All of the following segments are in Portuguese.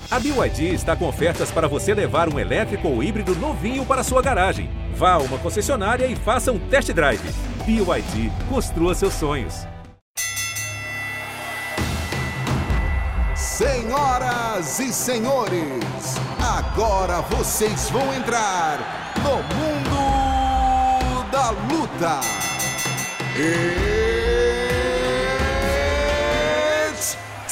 A BYD está com ofertas para você levar um elétrico ou híbrido novinho para sua garagem. Vá a uma concessionária e faça um test drive. BYD, construa seus sonhos. Senhoras e senhores, agora vocês vão entrar no mundo da luta. It's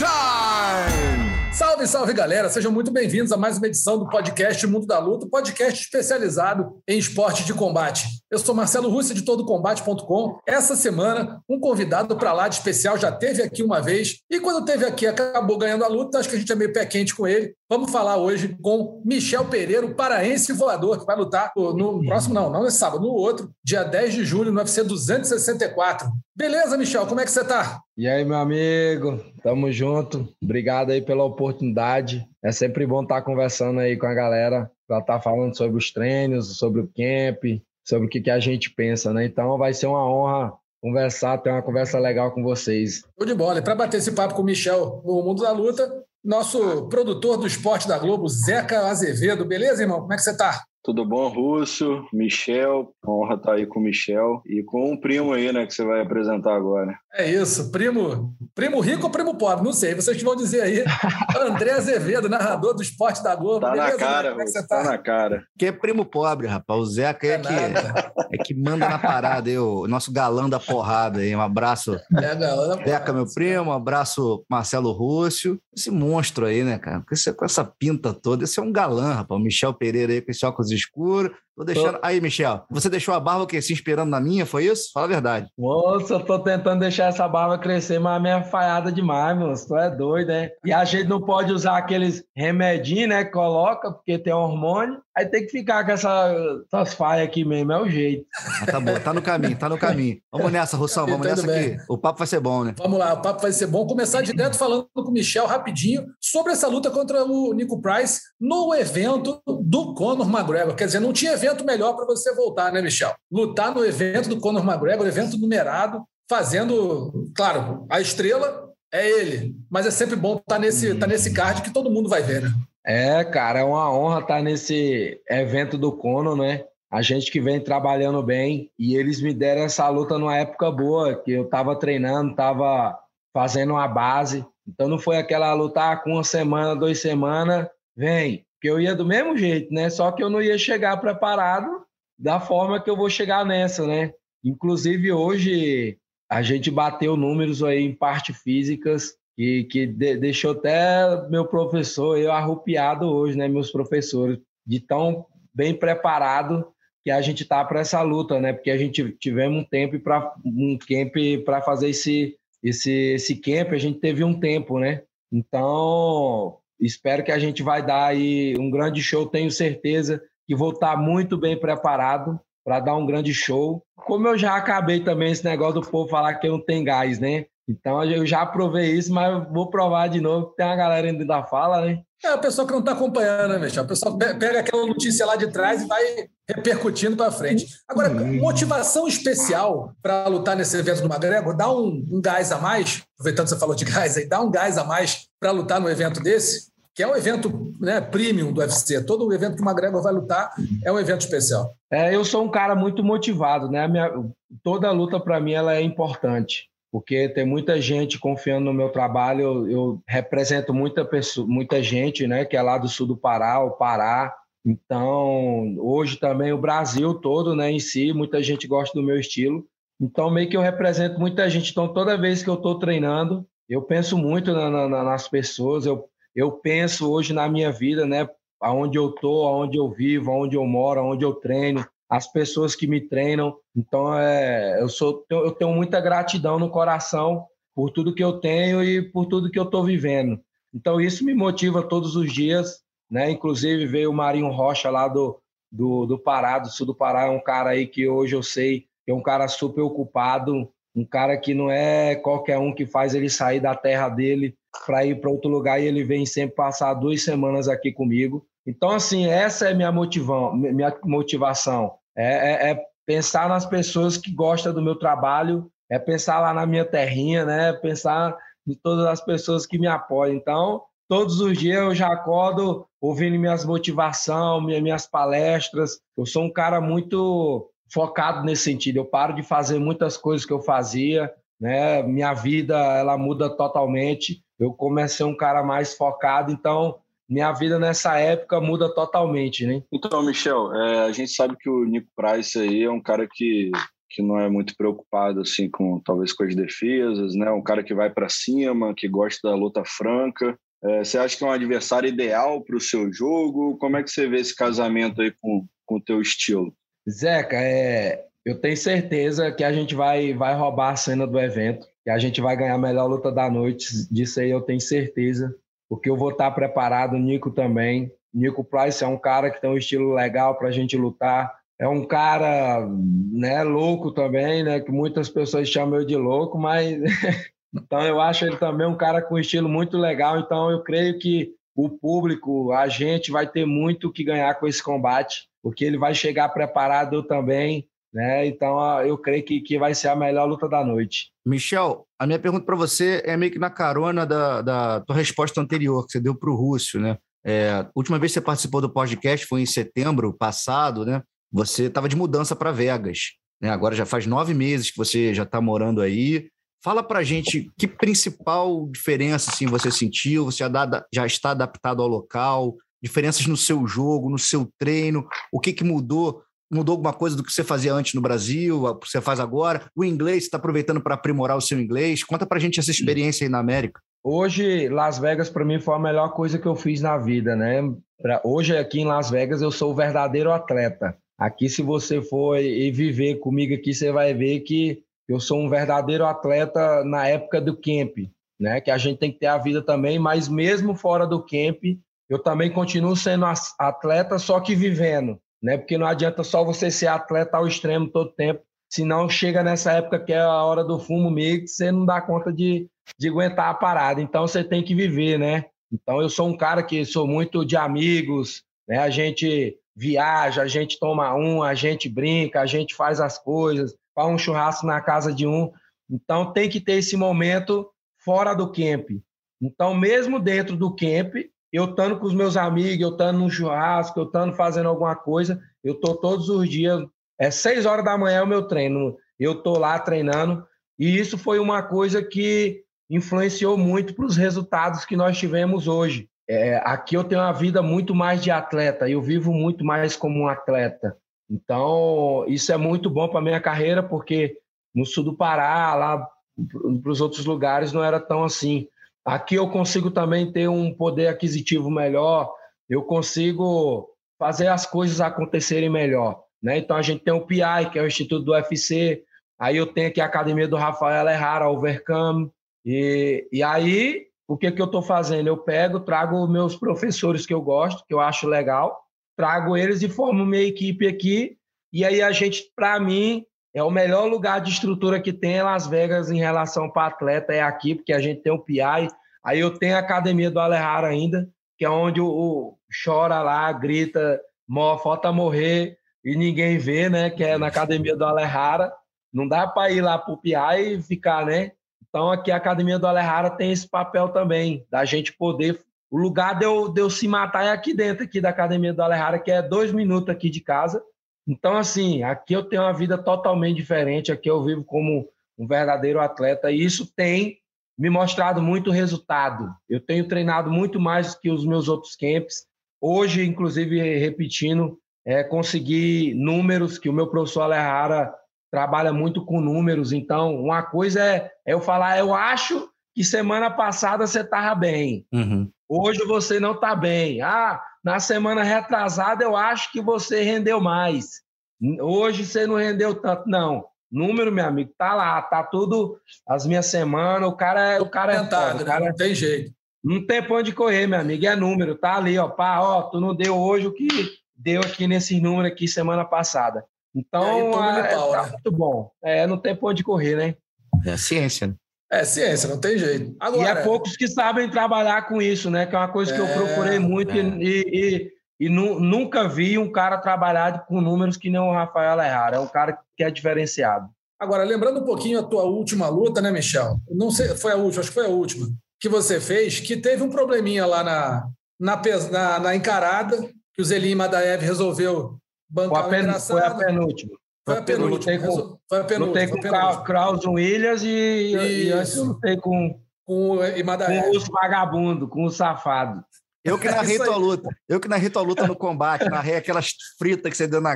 time! Salve, salve, galera! Sejam muito bem-vindos a mais uma edição do podcast Mundo da Luta, podcast especializado em esportes de combate. Eu sou Marcelo Russo, editor do Combate.com. Essa semana, um convidado para lá de especial já teve aqui uma vez e quando teve aqui acabou ganhando a luta. Acho que a gente é meio pé quente com ele. Vamos falar hoje com Michel Pereira, o paraense voador, que vai lutar no próximo, não nesse sábado, no outro, dia 10 de julho, no UFC 264. Beleza, Michel? Como é que você tá? E aí, meu amigo? Tamo junto. Obrigado aí pela oportunidade. É sempre bom estar conversando aí com a galera para estar falando sobre os treinos, sobre o camp, sobre o que a gente pensa, né? Então vai ser uma honra conversar, ter uma conversa legal com vocês. Show de bola. E para bater esse papo com o Michel no Mundo da Luta, nosso produtor do esporte da Globo, Zeca Azevedo. Beleza, irmão? Como é que você tá? Tudo bom, Russo? Michel, honra estar aí com o Michel e com um primo aí, né, que você vai apresentar agora. É isso, primo rico ou primo pobre? Não sei, vocês que vão dizer aí. André Azevedo, narrador do esporte da Globo. Tá Beleza, na cara, como é que você tá? Tá na cara. Que é primo pobre, rapaz. O Zeca é que manda na parada aí, o nosso galã da porrada aí. Um abraço, Zeca, meu primo, um abraço, Marcelo Russo. Esse monstro aí, né, cara? Porque com essa pinta toda, esse é um galã, rapaz. O Michel Pereira aí com esse óculos escuro. Tô deixando... Aí, Michel, você deixou a barba o quê? Se inspirando na minha, foi isso? Fala a verdade. Moça, eu tô tentando deixar essa barba crescer, mas a minha é falhada demais, moço. Tu é doido, né? E a gente não pode usar aqueles remedinhos, né, que coloca, porque tem hormônio. Aí tem que ficar com essas falhas aqui mesmo, é o jeito. Ah, tá bom, tá no caminho. Vamos nessa, Russão, vamos nessa aqui. O papo vai ser bom, né? Vamos lá, o papo vai ser bom. Começar direto falando com o Michel rapidinho sobre essa luta contra o Niko Price no evento do Conor McGregor. Quer dizer, não tinha evento melhor para você voltar, né, Michel? Lutar no evento do Conor McGregor, evento numerado, fazendo... Claro, a estrela é ele, mas é sempre bom estar nesse card que todo mundo vai ver, né? É, cara, é uma honra estar nesse evento do Conor, né? A gente que vem trabalhando bem e eles me deram essa luta numa época boa, que eu estava treinando, estava fazendo uma base. Então não foi aquela luta com uma semana, 2 semanas, vem. Porque eu ia do mesmo jeito, né? Só que eu não ia chegar preparado da forma que eu vou chegar nessa, né? Inclusive hoje a gente bateu números aí em parte físicas que deixou até meu professor, eu arrupiado hoje, né? Meus professores, de tão bem preparado que a gente tá para essa luta, né? Porque a gente tivemos um camp para fazer esse camp, a gente teve um tempo, né? Então, espero que a gente vai dar aí um grande show, tenho certeza que vou estar muito bem preparado para dar um grande show. Como eu já acabei também esse negócio do povo falar que eu não tenho gás, né? Então eu já provei isso, mas vou provar de novo, que tem uma galera ainda da fala, né? É a pessoa que não está acompanhando, né, Michel? A pessoa pega aquela notícia lá de trás e vai repercutindo para frente. Agora, motivação especial para lutar nesse evento do McGregor, dá um gás a mais, aproveitando que você falou de gás aí, dá um gás a mais para lutar no evento desse, que é um evento, né, premium do UFC. Todo o evento que o McGregor vai lutar é um evento especial. Eu sou um cara muito motivado, né? Toda luta para mim ela é importante, porque tem muita gente confiando no meu trabalho. Eu represento muita gente, né, que é lá do sul do Pará, o Pará. Então, hoje também o Brasil todo, né, em si, muita gente gosta do meu estilo. Então, meio que eu represento muita gente. Então, toda vez que eu estou treinando, eu penso muito nas pessoas. Eu penso hoje na minha vida, né, aonde eu estou, aonde eu vivo, aonde eu moro, aonde eu treino, as pessoas que me treinam. Então, eu tenho muita gratidão no coração por tudo que eu tenho e por tudo que eu estou vivendo. Então, isso me motiva todos os dias, né? Inclusive, veio o Marinho Rocha lá do Pará, do sul do Pará, é um cara aí que hoje eu sei que é um cara super ocupado, um cara que não é qualquer um que faz ele sair da terra dele para ir para outro lugar, e ele vem sempre passar 2 semanas aqui comigo. Então, assim, essa é minha motivação. É pensar nas pessoas que gostam do meu trabalho, é pensar lá na minha terrinha, né? Pensar em todas as pessoas que me apoiam. Então, todos os dias eu já acordo ouvindo minhas motivações, minhas palestras. Eu sou um cara muito focado nesse sentido. Eu paro de fazer muitas coisas que eu fazia, né? Minha vida, ela muda totalmente. Eu comecei um cara mais focado, então minha vida nessa época muda totalmente, né? Então, Michel, a gente sabe que o Nico Price aí é um cara que não é muito preocupado assim talvez com as defesas, né? Um cara que vai para cima, que gosta da luta franca. Você acha que é um adversário ideal para o seu jogo? Como é que você vê esse casamento aí com o teu estilo? Zeca, eu tenho certeza que a gente vai roubar a cena do evento, que a gente vai ganhar a melhor luta da noite. Disso aí eu tenho certeza, porque eu vou estar preparado, o Nico também. Nico Price é um cara que tem um estilo legal para a gente lutar. É um cara, né, louco também, né, que muitas pessoas chamam eu de louco, mas então eu acho ele também um cara com um estilo muito legal. Então eu creio que o público, a gente vai ter muito o que ganhar com esse combate, porque ele vai chegar preparado, eu também, né? Então eu creio que vai ser a melhor luta da noite. Michel, a minha pergunta para você é meio que na carona da tua resposta anterior que você deu para o Rússio, né? A última vez que você participou do podcast foi em setembro passado, né? Você estava de mudança para Vegas, né? Agora já faz 9 meses que você já está morando aí. Fala para a gente que principal diferença assim, você sentiu, você já está adaptado ao local, diferenças no seu jogo, no seu treino, o que mudou? Mudou alguma coisa do que você fazia antes no Brasil, o que você faz agora? O inglês, você está aproveitando para aprimorar o seu inglês? Conta para a gente essa experiência aí na América. Hoje, Las Vegas, para mim, foi a melhor coisa que eu fiz na vida, né? Hoje, aqui em Las Vegas, eu sou o verdadeiro atleta. Aqui, se você for e viver comigo aqui, você vai ver que eu sou um verdadeiro atleta na época do camp, né? Que a gente tem que ter a vida também, mas mesmo fora do camp, eu também continuo sendo atleta, só que vivendo, né? Porque não adianta só você ser atleta ao extremo todo tempo, senão chega nessa época que é a hora do fumo meio que você não dá conta de aguentar a parada. Então, você tem que viver, né? Então, eu sou um cara que sou muito de amigos, né? A gente viaja, a gente toma a gente brinca, a gente faz as coisas, faz um churrasco na casa de um. Então, tem que ter esse momento fora do camp. Então, mesmo dentro do camp, eu estando com os meus amigos, eu estando num churrasco, eu estando fazendo alguma coisa, eu estou todos os dias, 6 horas da manhã é o meu treino, eu estou lá treinando, e isso foi uma coisa que influenciou muito para os resultados que nós tivemos hoje. Aqui eu tenho uma vida muito mais de atleta, eu vivo muito mais como um atleta. Então, isso é muito bom para a minha carreira, porque no sul do Pará, lá para os outros lugares, não era tão assim. Aqui eu consigo também ter um poder aquisitivo melhor, eu consigo fazer as coisas acontecerem melhor, né? Então, a gente tem o PI, que é o Instituto do UFC, aí eu tenho aqui a academia do Rafael Errara, Overcome, e aí, o que eu estou fazendo? Eu trago meus professores que eu gosto, que eu acho legal, trago eles e formo minha equipe aqui, e aí a gente, para mim, é o melhor lugar de estrutura que tem em Las Vegas em relação para atleta, é aqui, porque a gente tem o PI, aí eu tenho a academia do Alejara ainda, que é onde o chora lá, grita, falta morrer, e ninguém vê, né, que é na academia do Alejara, não dá para ir lá para o PI e ficar, né? Então, aqui a Academia do Alejara tem esse papel também, da gente poder... O lugar de eu se matar é aqui dentro aqui da Academia do Alejara, que é 2 minutos aqui de casa. Então, assim, aqui eu tenho uma vida totalmente diferente, aqui eu vivo como um verdadeiro atleta, e isso tem me mostrado muito resultado. Eu tenho treinado muito mais que os meus outros camps. Hoje, inclusive, repetindo, consegui números que o meu professor Alejara trabalha muito com números. Então, uma coisa é eu falar, eu acho que semana passada você estava bem. Uhum. Hoje você não está bem. Na semana retrasada eu acho que você rendeu mais. Hoje você não rendeu tanto. Não. Número, meu amigo, tá lá. Tá tudo as minhas semanas. O cara é tentado, né? Não tem jeito. Não tem pra onde correr, meu amigo. É número. Tá ali, ó. Tu não deu hoje o que deu aqui nesse número aqui semana passada. Então, tá muito bom. Não tem pra onde correr, né? É ciência, né? É ciência, não tem jeito. Agora, e é poucos que sabem trabalhar com isso, né? Que é uma coisa que eu procurei muito e nunca vi um cara trabalhar com números que nem o Rafael Alejara. É um cara que é diferenciado. Agora, lembrando um pouquinho a tua última luta, né, Michel? Não sei, foi a última, acho que foi a última. que você fez, que teve um probleminha lá na encarada, que o Zelim Madaev resolveu bancar o engraçado. Foi a penúltima. Foi a penúltima. Lutei com o Kraus Williams e antes eu lutei com o vagabundo, com o safado. Eu que narrei tua luta. Eu que narrei tua luta no combate, narrei aquelas fritas que você deu na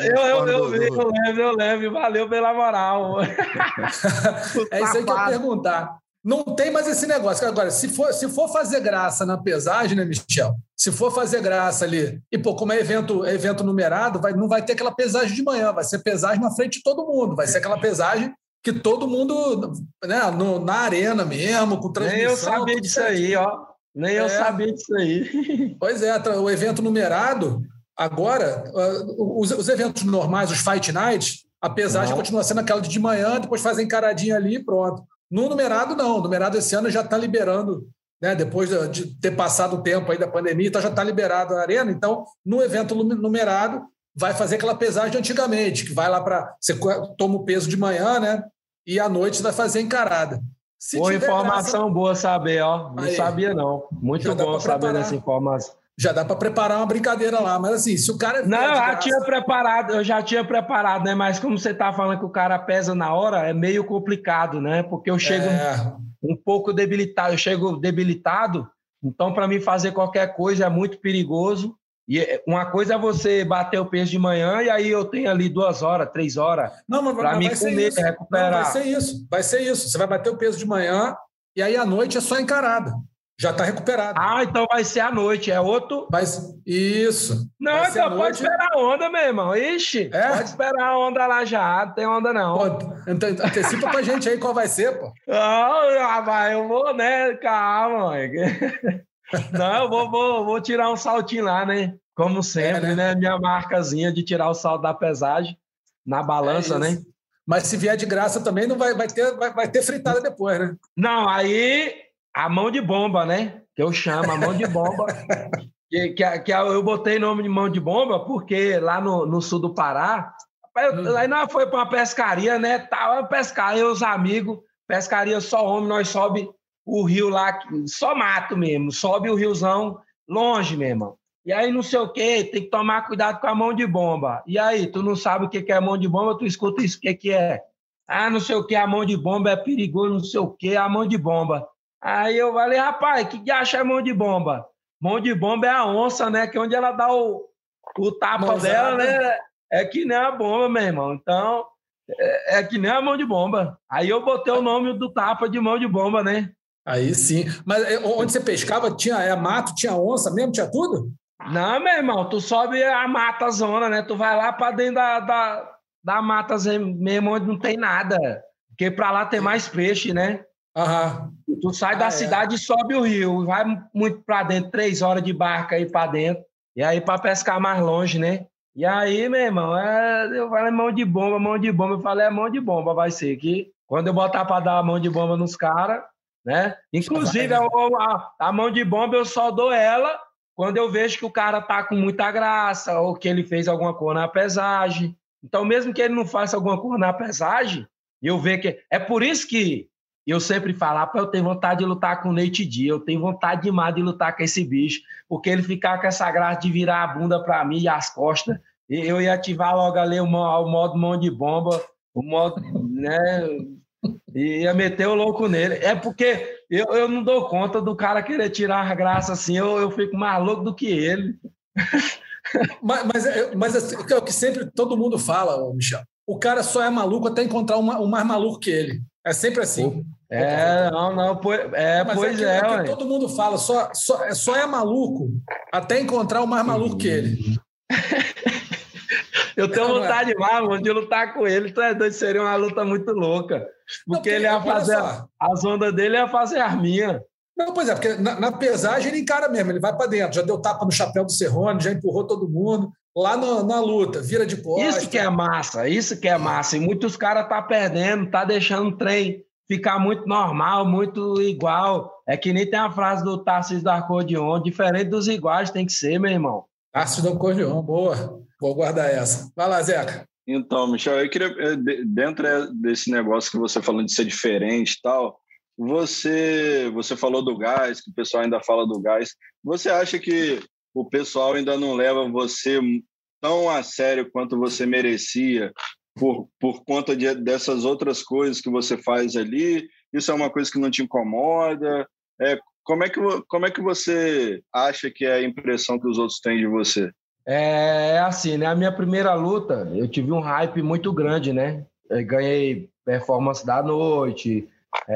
Eu lembro. Valeu pela moral. É isso aí que eu ia perguntar. Não tem mais esse negócio. Agora, se for fazer graça na pesagem, né, Michel? Se for fazer graça ali, e como é evento numerado, não vai ter aquela pesagem de manhã, vai ser pesagem na frente de todo mundo, vai ser aquela pesagem que todo mundo, né, na arena mesmo, com transmissão. Nem eu sabia disso aí, ó. Eu sabia disso aí. Pois é, o evento numerado, agora, os eventos normais, os Fight Nights, a pesagem continua sendo aquela de manhã, depois faz a encaradinha ali e pronto. No numerado, não. O numerado esse ano já está liberando, né, depois de ter passado o tempo aí da pandemia, então já está liberado a arena. Então, no evento numerado, vai fazer aquela pesagem de antigamente, que vai lá para... Você toma o peso de manhã, né? E à noite você vai fazer a encarada. Boa informação, boa saber, ó. Não sabia, não. Muito bom saber dessa informação. Já dá para preparar uma brincadeira lá, mas assim, se o cara... Não, eu já tinha preparado, né? Mas como você tá falando que o cara pesa na hora, é meio complicado, né? Porque eu chego um pouco debilitado, então para mim fazer qualquer coisa é muito perigoso. E uma coisa é você bater o peso de manhã e aí eu tenho ali 2 horas, 3 horas para mim comer, recuperar. Não, vai ser isso. Você vai bater o peso de manhã e aí à noite é só encarada. Já está recuperado. Então vai ser à noite, é outro... Isso. Não, então pode esperar a onda, meu irmão. Ixi, pode esperar a onda lá já, não tem onda não. Pô, então, antecipa pra gente aí qual vai ser, pô. Rapaz, eu vou, né? Calma, mãe. Não, eu vou tirar um saltinho lá, né? Como sempre, né? Minha marcazinha de tirar o salto da pesagem na balança, né? Mas se vier de graça também, não vai ter fritada depois, né? Não, aí a mão de bomba, né? Que eu chamo a mão de bomba. que eu botei nome de mão de bomba porque lá no sul do Pará, aí nós foi para uma pescaria, né? Tava pescar, eu os amigos, pescaria só homem, nós sobe o rio lá, só mato mesmo, sobe o riozão longe, meu irmão. E aí não sei o que, tem que tomar cuidado com a mão de bomba. E aí, tu não sabe o que é mão de bomba, tu escuta isso, o que é? Não sei o que, a mão de bomba é perigoso, não sei o que, a mão de bomba. Aí eu falei, rapaz, que acha mão de bomba? Mão de bomba é a onça, né? Que onde ela dá o tapa dela, né? É que nem a bomba, meu irmão. Então, é que nem a mão de bomba. Aí eu botei o nome do tapa de mão de bomba, né? Aí sim. Mas onde você pescava, tinha mato, tinha onça mesmo, tinha tudo? Não, meu irmão, tu sobe a mata zona, né? Tu vai lá para dentro da mata mesmo, onde não tem nada. Porque para lá tem mais peixe, né? Tu sai da cidade e sobe o rio, vai muito para dentro, 3 horas de barca aí para dentro, e aí para pescar mais longe, né? E aí, meu irmão, eu falei mão de bomba, eu falei mão de bomba vai ser que quando eu botar para dar a mão de bomba nos caras, né? Inclusive a mão de bomba eu só dou ela quando eu vejo que o cara tá com muita graça ou que ele fez alguma coisa na pesagem. Então, mesmo que ele não faça alguma coisa na pesagem, eu vejo que... É por isso que eu sempre falo, eu tenho vontade de lutar com o Nate Diaz, eu tenho vontade demais de lutar com esse bicho, porque ele ficar com essa graça de virar a bunda para mim e as costas, eu ia ativar logo ali o modo mão de bomba, o modo, né, e ia meter o louco nele. É porque eu não dou conta do cara querer tirar a graça assim, eu fico mais louco do que ele. Mas é o que sempre todo mundo fala, Michel, o cara só é maluco até encontrar um mais maluco que ele. É sempre assim. Pois é. Todo mundo fala, só é maluco até encontrar o mais maluco que ele. Eu tenho vontade demais, mano, de lutar com ele. Tu é doido, seria uma luta muito louca. Porque ele ia fazer as ondas dele, ia fazer as minhas. Não, pois é, porque na pesagem ele encara mesmo, ele vai para dentro, já deu tapa no chapéu do Cerrone, já empurrou todo mundo. Lá na luta, vira de costas. Isso que é massa. E muitos caras tá perdendo, tá deixando o trem ficar muito normal, muito igual. É que nem tem a frase do Tarcísio do Acordeon, diferente dos iguais tem que ser, meu irmão. Tarcísio do Acordeon, boa. Vou guardar essa. Vai lá, Zeca. Então, Michel, eu queria, dentro desse negócio que você falando de ser diferente e tal, você falou do gás, que o pessoal ainda fala do gás. Você acha que o pessoal ainda não leva você tão a sério quanto você merecia por conta dessas outras coisas que você faz ali? Isso é uma coisa que não te incomoda? Como é que você acha que é a impressão que os outros têm de você? É assim, né? A minha primeira luta, eu tive um hype muito grande, né? Eu ganhei performance da noite,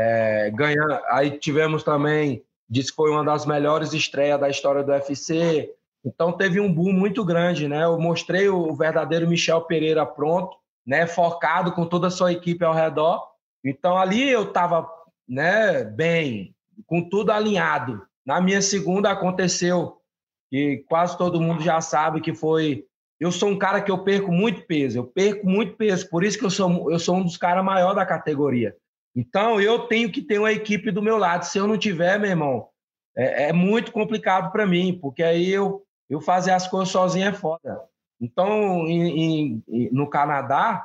aí tivemos também, disse que foi uma das melhores estreias da história do UFC. Então teve um boom muito grande, né? Eu mostrei o verdadeiro Michel Pereira pronto, né? Focado com toda a sua equipe ao redor. Então ali eu estava, né, bem, com tudo alinhado. Na minha segunda aconteceu, que quase todo mundo já sabe que foi... Eu sou um cara que eu perco muito peso, por isso que eu sou um dos caras maiores da categoria. Então, eu tenho que ter uma equipe do meu lado. Se eu não tiver, meu irmão, é muito complicado para mim, porque aí eu fazer as coisas sozinho é foda. Então, no Canadá,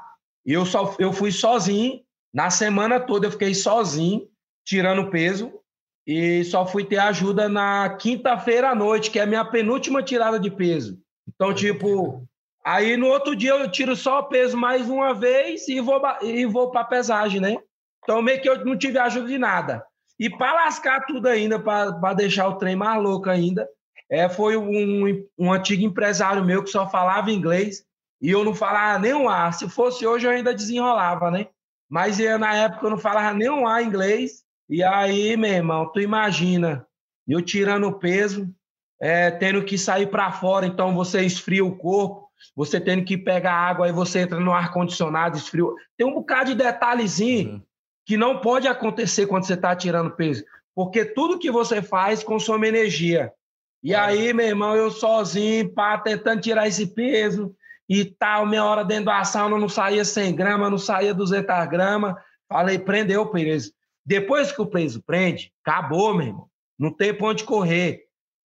eu fui sozinho, na semana toda eu fiquei sozinho, tirando peso, e só fui ter ajuda na quinta-feira à noite, que é a minha penúltima tirada de peso. Então, tipo, aí no outro dia eu tiro só o peso mais uma vez e vou para pesagem, né? Então, meio que eu não tive ajuda de nada. E para lascar tudo ainda, para deixar o trem mais louco ainda, foi um antigo empresário meu que só falava inglês e eu não falava nem um A. Se fosse hoje, eu ainda desenrolava, né? Mas na época eu não falava nem um A inglês. E aí, meu irmão, tu imagina, eu tirando peso, tendo que sair para fora, então você esfria o corpo, você tendo que pegar água, aí você entra no ar-condicionado, esfria. Tem um bocado de detalhezinho que não pode acontecer quando você está tirando peso, porque tudo que você faz consome energia. E aí, meu irmão, eu sozinho, tentando tirar esse peso e tal, meia hora dentro da sauna, não saía 100 gramas, não saía 200 gramas. Falei, prendeu o peso. Depois que o peso prende, acabou, meu irmão. Não tem pra onde correr.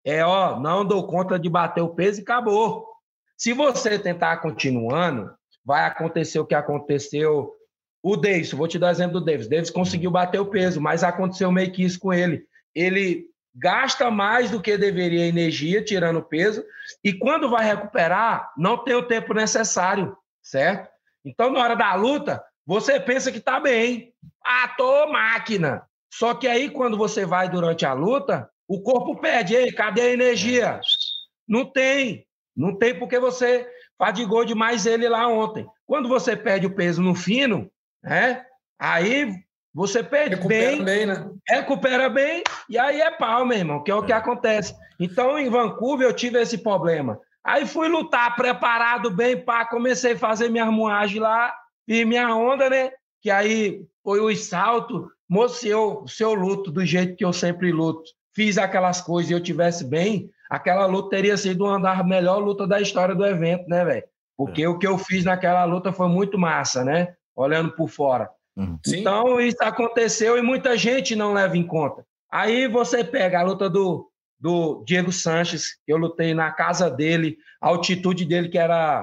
Não dou conta de bater o peso e acabou. Se você tentar continuando, vai acontecer o que aconteceu. O Davis, vou te dar exemplo do Davis. Davis conseguiu bater o peso, mas aconteceu meio que isso com ele. Ele gasta mais do que deveria energia, tirando peso, e quando vai recuperar, não tem o tempo necessário, certo? Então, na hora da luta, você pensa que tá bem. Tô máquina. Só que aí, quando você vai durante a luta, o corpo pede. Ei, cadê a energia? Não tem. Não tem porque você fadigou demais ele lá ontem. Quando você perde o peso no fino, né? Aí você perde bem, né? Recupera bem, e aí é pau, meu irmão, que é o que acontece. Então, em Vancouver, eu tive esse problema. Aí fui lutar preparado bem, comecei a fazer minha moagem lá, e minha onda, né? Que aí foi o salto. Moço, se eu luto do jeito que eu sempre luto, fiz aquelas coisas e eu tivesse bem, aquela luta teria sido uma das melhores lutas da história do evento, né, velho? Porque o que eu fiz naquela luta foi muito massa, né? Olhando por fora. Sim. Então, isso aconteceu e muita gente não leva em conta. Aí você pega a luta do Diego Sanches, que eu lutei na casa dele, a altitude dele que era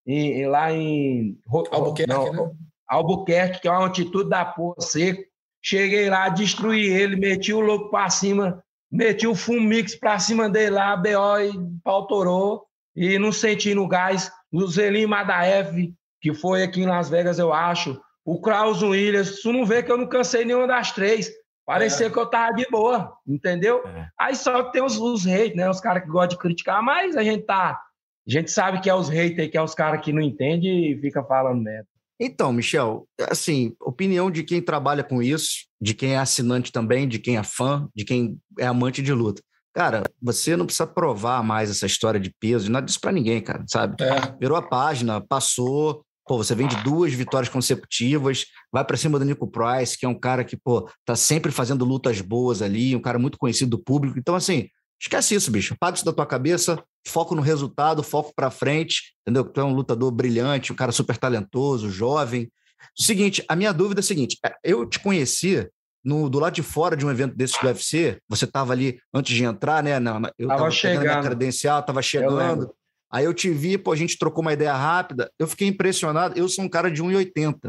lá em Albuquerque, né? Albuquerque, que é uma altitude da porra, seco. Cheguei lá, destruí ele, meti o louco pra cima, meti o Fumix pra cima dele lá, BO e pau torou, e não senti no gás. O Zelim Madaev, que foi aqui em Las Vegas, eu acho, o Kraus Williams, tu não vê que eu não cansei nenhuma das três. Parecia que eu tava de boa, entendeu? Aí só que tem os haters, né? Os caras que gostam de criticar, mas a gente sabe que é os haters, que é os caras que não entendem e fica falando merda. Então, Michel, assim, opinião de quem trabalha com isso, de quem é assinante também, de quem é fã, de quem é amante de luta. Cara, você não precisa provar mais essa história de peso, nada disso pra ninguém, cara, sabe? Virou a página, passou, você vem de 2 vitórias consecutivas, vai pra cima do Nico Price, que é um cara que, tá sempre fazendo lutas boas ali, um cara muito conhecido do público. Então, assim, esquece isso, bicho. Apaga isso da tua cabeça, foco no resultado, foco pra frente, entendeu? Tu é um lutador brilhante, um cara super talentoso, jovem. Seguinte, a minha dúvida é a seguinte, eu te conheci do lado de fora de um evento desses do UFC, você tava ali antes de entrar, né? Eu tava chegando na credencial, tava chegando. Aí eu te vi, a gente trocou uma ideia rápida, eu fiquei impressionado, eu sou um cara de 1,80.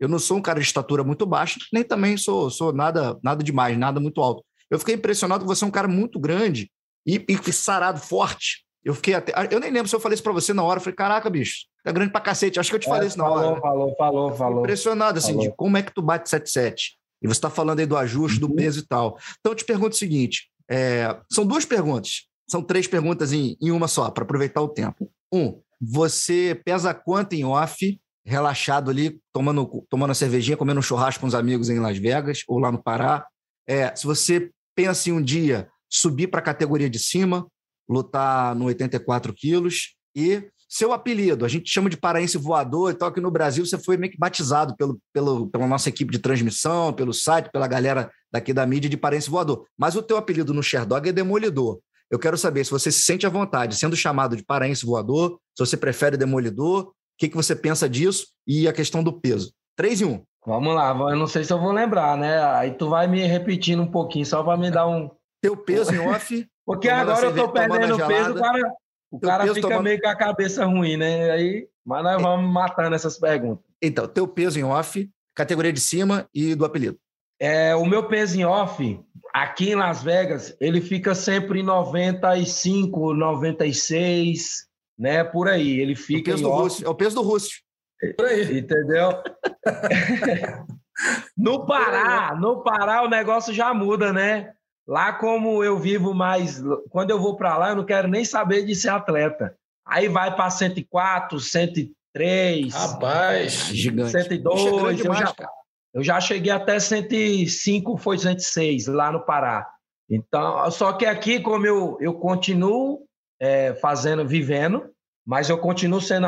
Eu não sou um cara de estatura muito baixa, nem também sou nada demais, nada muito alto. Eu fiquei impressionado que você é um cara muito grande e sarado, forte. Eu nem lembro se eu falei isso pra você na hora. Eu falei, caraca, bicho, tá grande pra cacete. Acho que eu te falei isso na hora. Falou. Impressionado, assim, de como é que tu bate 7,7. E você tá falando aí do ajuste, do peso e tal. Então, eu te pergunto o seguinte, são 2 perguntas. São 3 perguntas em uma só, para aproveitar o tempo. Você pesa quanto em off, relaxado ali, tomando uma cervejinha, comendo um churrasco com os amigos em Las Vegas ou lá no Pará? Se você pensa em um dia subir para a categoria de cima, lutar no 84 quilos, e seu apelido, a gente chama de paraense voador, então aqui no Brasil você foi meio que batizado pela nossa equipe de transmissão, pelo site, pela galera daqui da mídia de paraense voador. Mas o teu apelido no Sherdog é Demolidor. Eu quero saber se você se sente à vontade sendo chamado de paraense voador, se você prefere Demolidor, o que você pensa disso e a questão do peso. 3 em 1. Vamos lá, eu não sei se eu vou lembrar, né? Aí tu vai me repetindo um pouquinho, só para me dar um... Teu peso em off... Porque agora eu tô perdendo peso, o cara fica meio com a cabeça ruim, né? Aí, mas nós vamos matando essas perguntas. Então, teu peso em off, categoria de cima e do apelido. O meu peso em off, aqui em Las Vegas, ele fica sempre em 95, 96, né? Por aí. Ele fica o peso em do off. Rússio, é o peso do Rússio. Por aí. Entendeu? No Pará o negócio já muda, né? Lá, como eu vivo mais... Quando eu vou para lá, eu não quero nem saber de ser atleta. Aí vai para 104, 103... Rapaz, gigante. 102... Eu já cheguei até 105, foi 106, lá no Pará. Então, só que aqui, como eu continuo vivendo, mas eu continuo sendo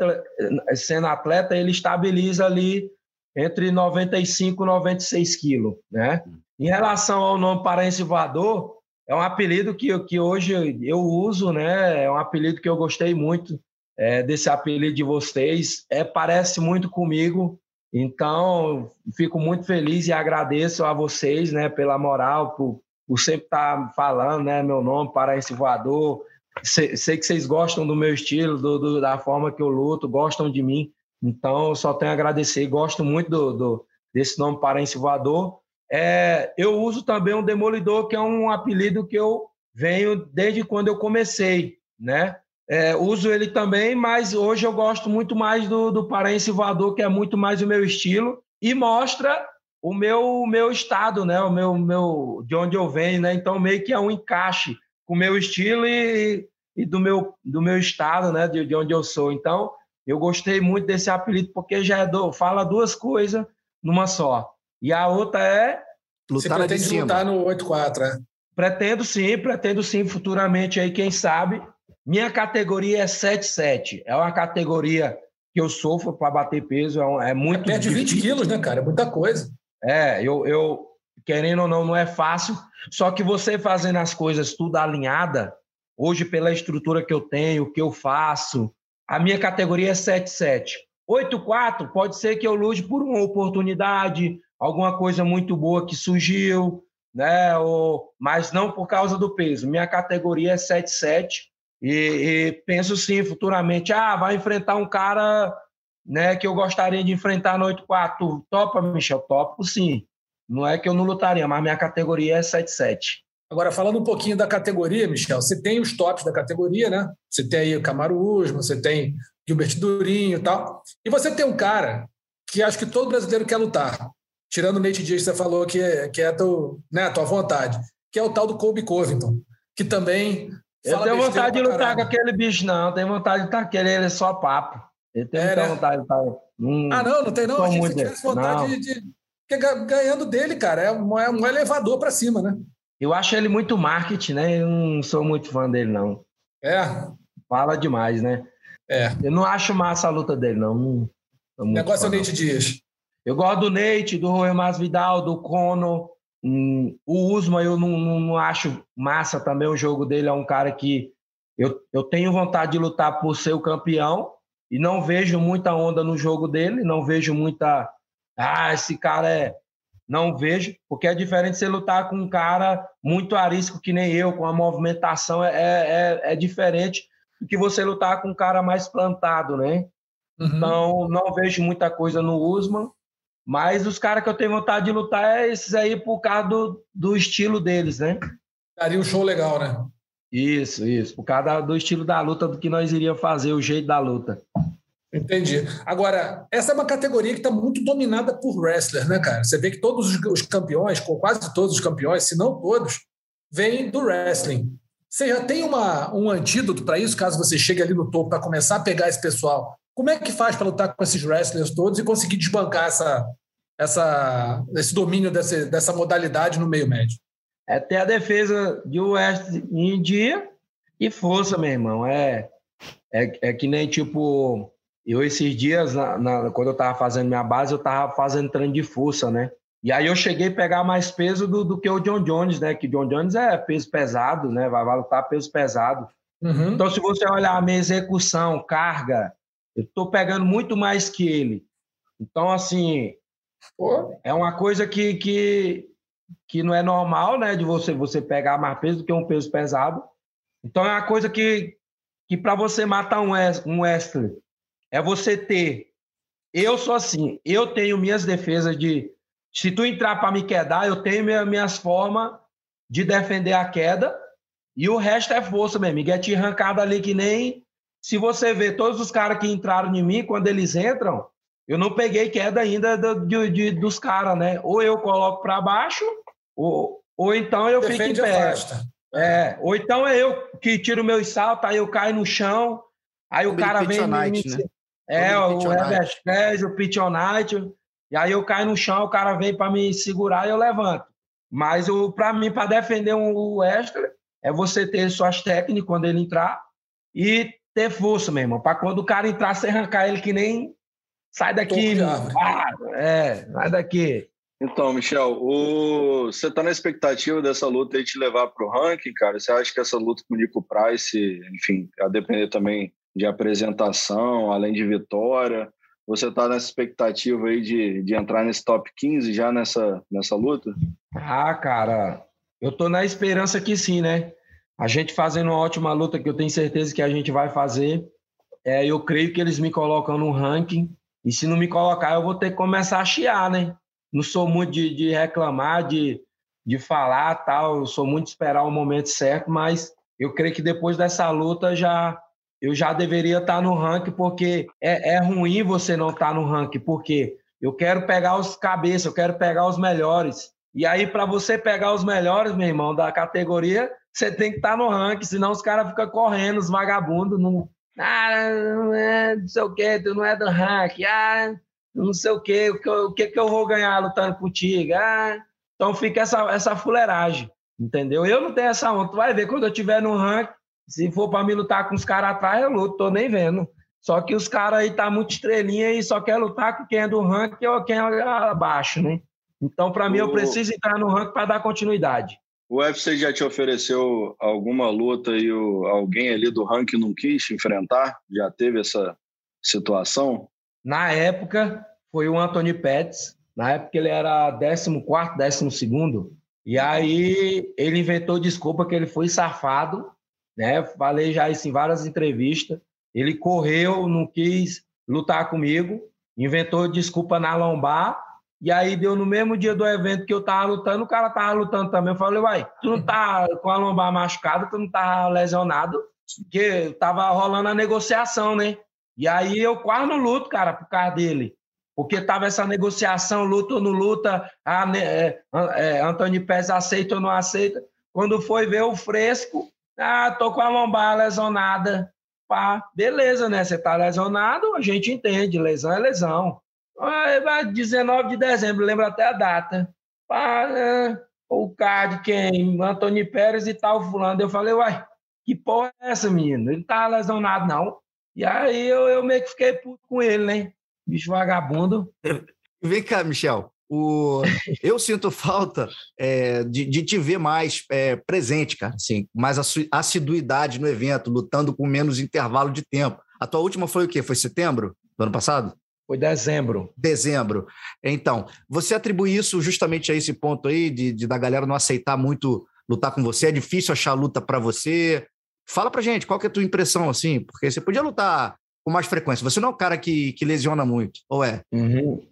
atleta, ele estabiliza ali entre 95 e 96 quilos, né? Em relação ao nome paraense voador, é um apelido que hoje eu uso, né? É um apelido que eu gostei muito desse apelido de vocês. Parece muito comigo, então fico muito feliz e agradeço a vocês, né? Pela moral, por sempre estar falando, né? Meu nome, paraense voador. Sei que vocês gostam do meu estilo, da forma que eu luto, gostam de mim. Então, eu só tenho a agradecer. Gosto muito desse nome paraense voador. Eu uso também um Demolidor, que é um apelido que eu venho desde quando eu comecei, né? Uso ele também, mas hoje eu gosto muito mais do paraense voador, que é muito mais o meu estilo e mostra o meu estado, né? O meu de onde eu venho, né? Então meio que é um encaixe com o meu estilo e do meu estado, né? De onde eu sou. Então eu gostei muito desse apelido porque já fala 2 coisas numa só. E a outra é... Você pretende lutar no 8-4, né? Pretendo sim, futuramente aí, quem sabe. Minha categoria é 7-7. É uma categoria que eu sofro para bater peso, é muito perto de 20 quilos, né, cara? É muita coisa. Eu querendo ou não é fácil. Só que você fazendo as coisas tudo alinhada, hoje pela estrutura que eu tenho, o que eu faço, a minha categoria é 7-7. 8-4 pode ser que eu lute por uma oportunidade, alguma coisa muito boa que surgiu, né? Mas não por causa do peso. Minha categoria é 7-7 e penso sim, futuramente, vai enfrentar um cara, né, que eu gostaria de enfrentar no 8-4. Tu topa, Michel? Topo sim. Não é que eu não lutaria, mas minha categoria é 7-7. Agora, falando um pouquinho da categoria, Michel, você tem os tops da categoria, né? Você tem aí o Kamaru Usman, você tem Gilbert Durinho e tal. E você tem um cara que acho que todo brasileiro quer lutar, tirando o Nate Diaz, que você falou que é a tua vontade, que é o tal do Colby Covington, que também... Eu tenho vontade de lutar com aquele bicho, não. Eu tenho vontade de lutar com ele é só papo. Eu tenho vontade de lutar. Não tem não. Achei que você tivesse vontade de... Porque ganhando dele, cara, é um elevador para cima, né? Eu acho ele muito marketing, né? Eu não sou muito fã dele, não. Fala demais, né? Eu não acho massa a luta dele, não. O negócio é o Nate Diaz. Eu gosto do Nate, do Jorge Masvidal, do Conor. O Usman eu não acho massa também. O jogo dele é um cara que eu tenho vontade de lutar por ser o campeão e não vejo muita onda no jogo dele, não vejo muita... esse cara Não vejo, porque é diferente você lutar com um cara muito arisco que nem eu, com a movimentação é diferente do que você lutar com um cara mais plantado, né? Uhum. Então, não vejo muita coisa no Usman. Mas os caras que eu tenho vontade de lutar é esses aí por causa do estilo deles, né? Daria um show legal, né? Isso. Por causa do estilo da luta, do que nós iríamos fazer, o jeito da luta. Entendi. Agora, essa é uma categoria que está muito dominada por wrestler, né, cara? Você vê que todos os campeões, quase todos os campeões, se não todos, vêm do wrestling. Você já tem um antídoto para isso, caso você chegue ali no topo para começar a pegar esse pessoal? Como é que faz para lutar com esses wrestlers todos e conseguir desbancar esse domínio dessa modalidade no meio médio? É ter a defesa de wrestling em dia e força, meu irmão. É que nem, tipo... Eu, esses dias, quando eu estava fazendo minha base, eu estava fazendo treino de força, né? E aí eu cheguei a pegar mais peso do que o John Jones, né? Que o John Jones é peso pesado, né? Vai lutar peso pesado. Uhum. Então, se você olhar a minha execução, carga, eu estou pegando muito mais que ele. Então, assim, é uma coisa que não é normal, né? De você pegar mais peso do que um peso pesado. Então, é uma coisa que para você matar um wrestler, é você ter... Eu sou assim, eu tenho minhas defesas de... Se tu entrar para me quedar, eu tenho minhas formas de defender a queda e o resto é força mesmo. É te arrancada ali que nem... Se você ver todos os caras que entraram em mim, quando eles entram, eu não peguei queda ainda dos caras, né? Ou eu coloco para baixo, ou então eu fico em pé. Ou então é eu que tiro meus saltos, aí eu caio no chão, aí o cara vem... o Herbert Fez, o Pichonite, e aí eu caio no chão, o cara vem para me segurar e eu levanto. Mas para mim, para defender o extra, é você ter suas técnicas quando ele entrar e ter força, meu irmão, para quando o cara entrar, você arrancar ele que nem sai daqui, sai daqui. Então, Michel, você está na expectativa dessa luta aí te levar para o ranking, cara? Você acha que essa luta com o Nico Price, enfim, a depender também de apresentação, além de vitória, você está nessa expectativa aí de entrar nesse top 15 já nessa luta? Cara, eu tô na esperança que sim, né? A gente fazendo uma ótima luta, que eu tenho certeza que a gente vai fazer, eu creio que eles me colocam no ranking, e se não me colocar, eu vou ter que começar a chiar, né? Não sou muito de reclamar, de falar, tal, eu sou muito de esperar o momento certo, mas eu creio que depois dessa luta eu já deveria estar no ranking, porque é ruim você não estar no ranking, porque eu quero pegar os cabeças, eu quero pegar os melhores. E aí, para você pegar os melhores, meu irmão, da categoria, você tem que estar no ranking, senão os caras ficam correndo, os vagabundos, não sei o quê, tu não é do ranking, não sei o quê, o que eu vou ganhar lutando contigo? Então fica essa fuleiragem, entendeu? Eu não tenho essa onda, tu vai ver, quando eu estiver no ranking, se for para me lutar com os caras atrás, eu luto, tô nem vendo. Só que os caras aí tá muito estrelinha e só quer lutar com quem é do ranking ou quem é abaixo, né? Então, para mim, eu preciso entrar no ranking para dar continuidade. O UFC já te ofereceu alguma luta e alguém ali do ranking não quis enfrentar? Já teve essa situação? Na época, foi o Anthony Pettis. Na época, ele era 14º, 12º. E aí, ele inventou desculpa que ele foi safado, né? Falei já isso em várias entrevistas. Ele correu, não quis lutar comigo, inventou desculpa na lombar, e aí deu no mesmo dia do evento que eu tava lutando, o cara tava lutando também. Eu falei, uai, tu não tá com a lombar machucada, tu não tá lesionado, porque tava rolando a negociação, né? E aí eu quase não luto, cara, por causa dele. Porque tava essa negociação, luta ou não luta, Anthony Pettis aceita ou não aceita. Quando foi ver o fresco, tô com a lombar lesionada. Pá, beleza, né? Você tá lesionado, a gente entende, lesão é lesão. 19 de dezembro, lembro até a data. Pá, o card, quem? Anthony Pérez e tal, fulano. Eu falei, uai, que porra é essa, menino? Ele tá lesionado, não. E aí eu meio que fiquei puto com ele, né? Bicho vagabundo. Vem cá, Michel. Eu sinto falta de te ver mais presente, cara, assim, mais assiduidade no evento, lutando com menos intervalo de tempo. A tua última foi o quê? Foi setembro do ano passado? Foi dezembro. Dezembro. Então, você atribui isso justamente a esse ponto aí da galera não aceitar muito lutar com você? É difícil achar luta para você? Fala pra gente, qual que é a tua impressão, assim? Porque você podia lutar com mais frequência. Você não é um cara que lesiona muito, ou é? Uhum.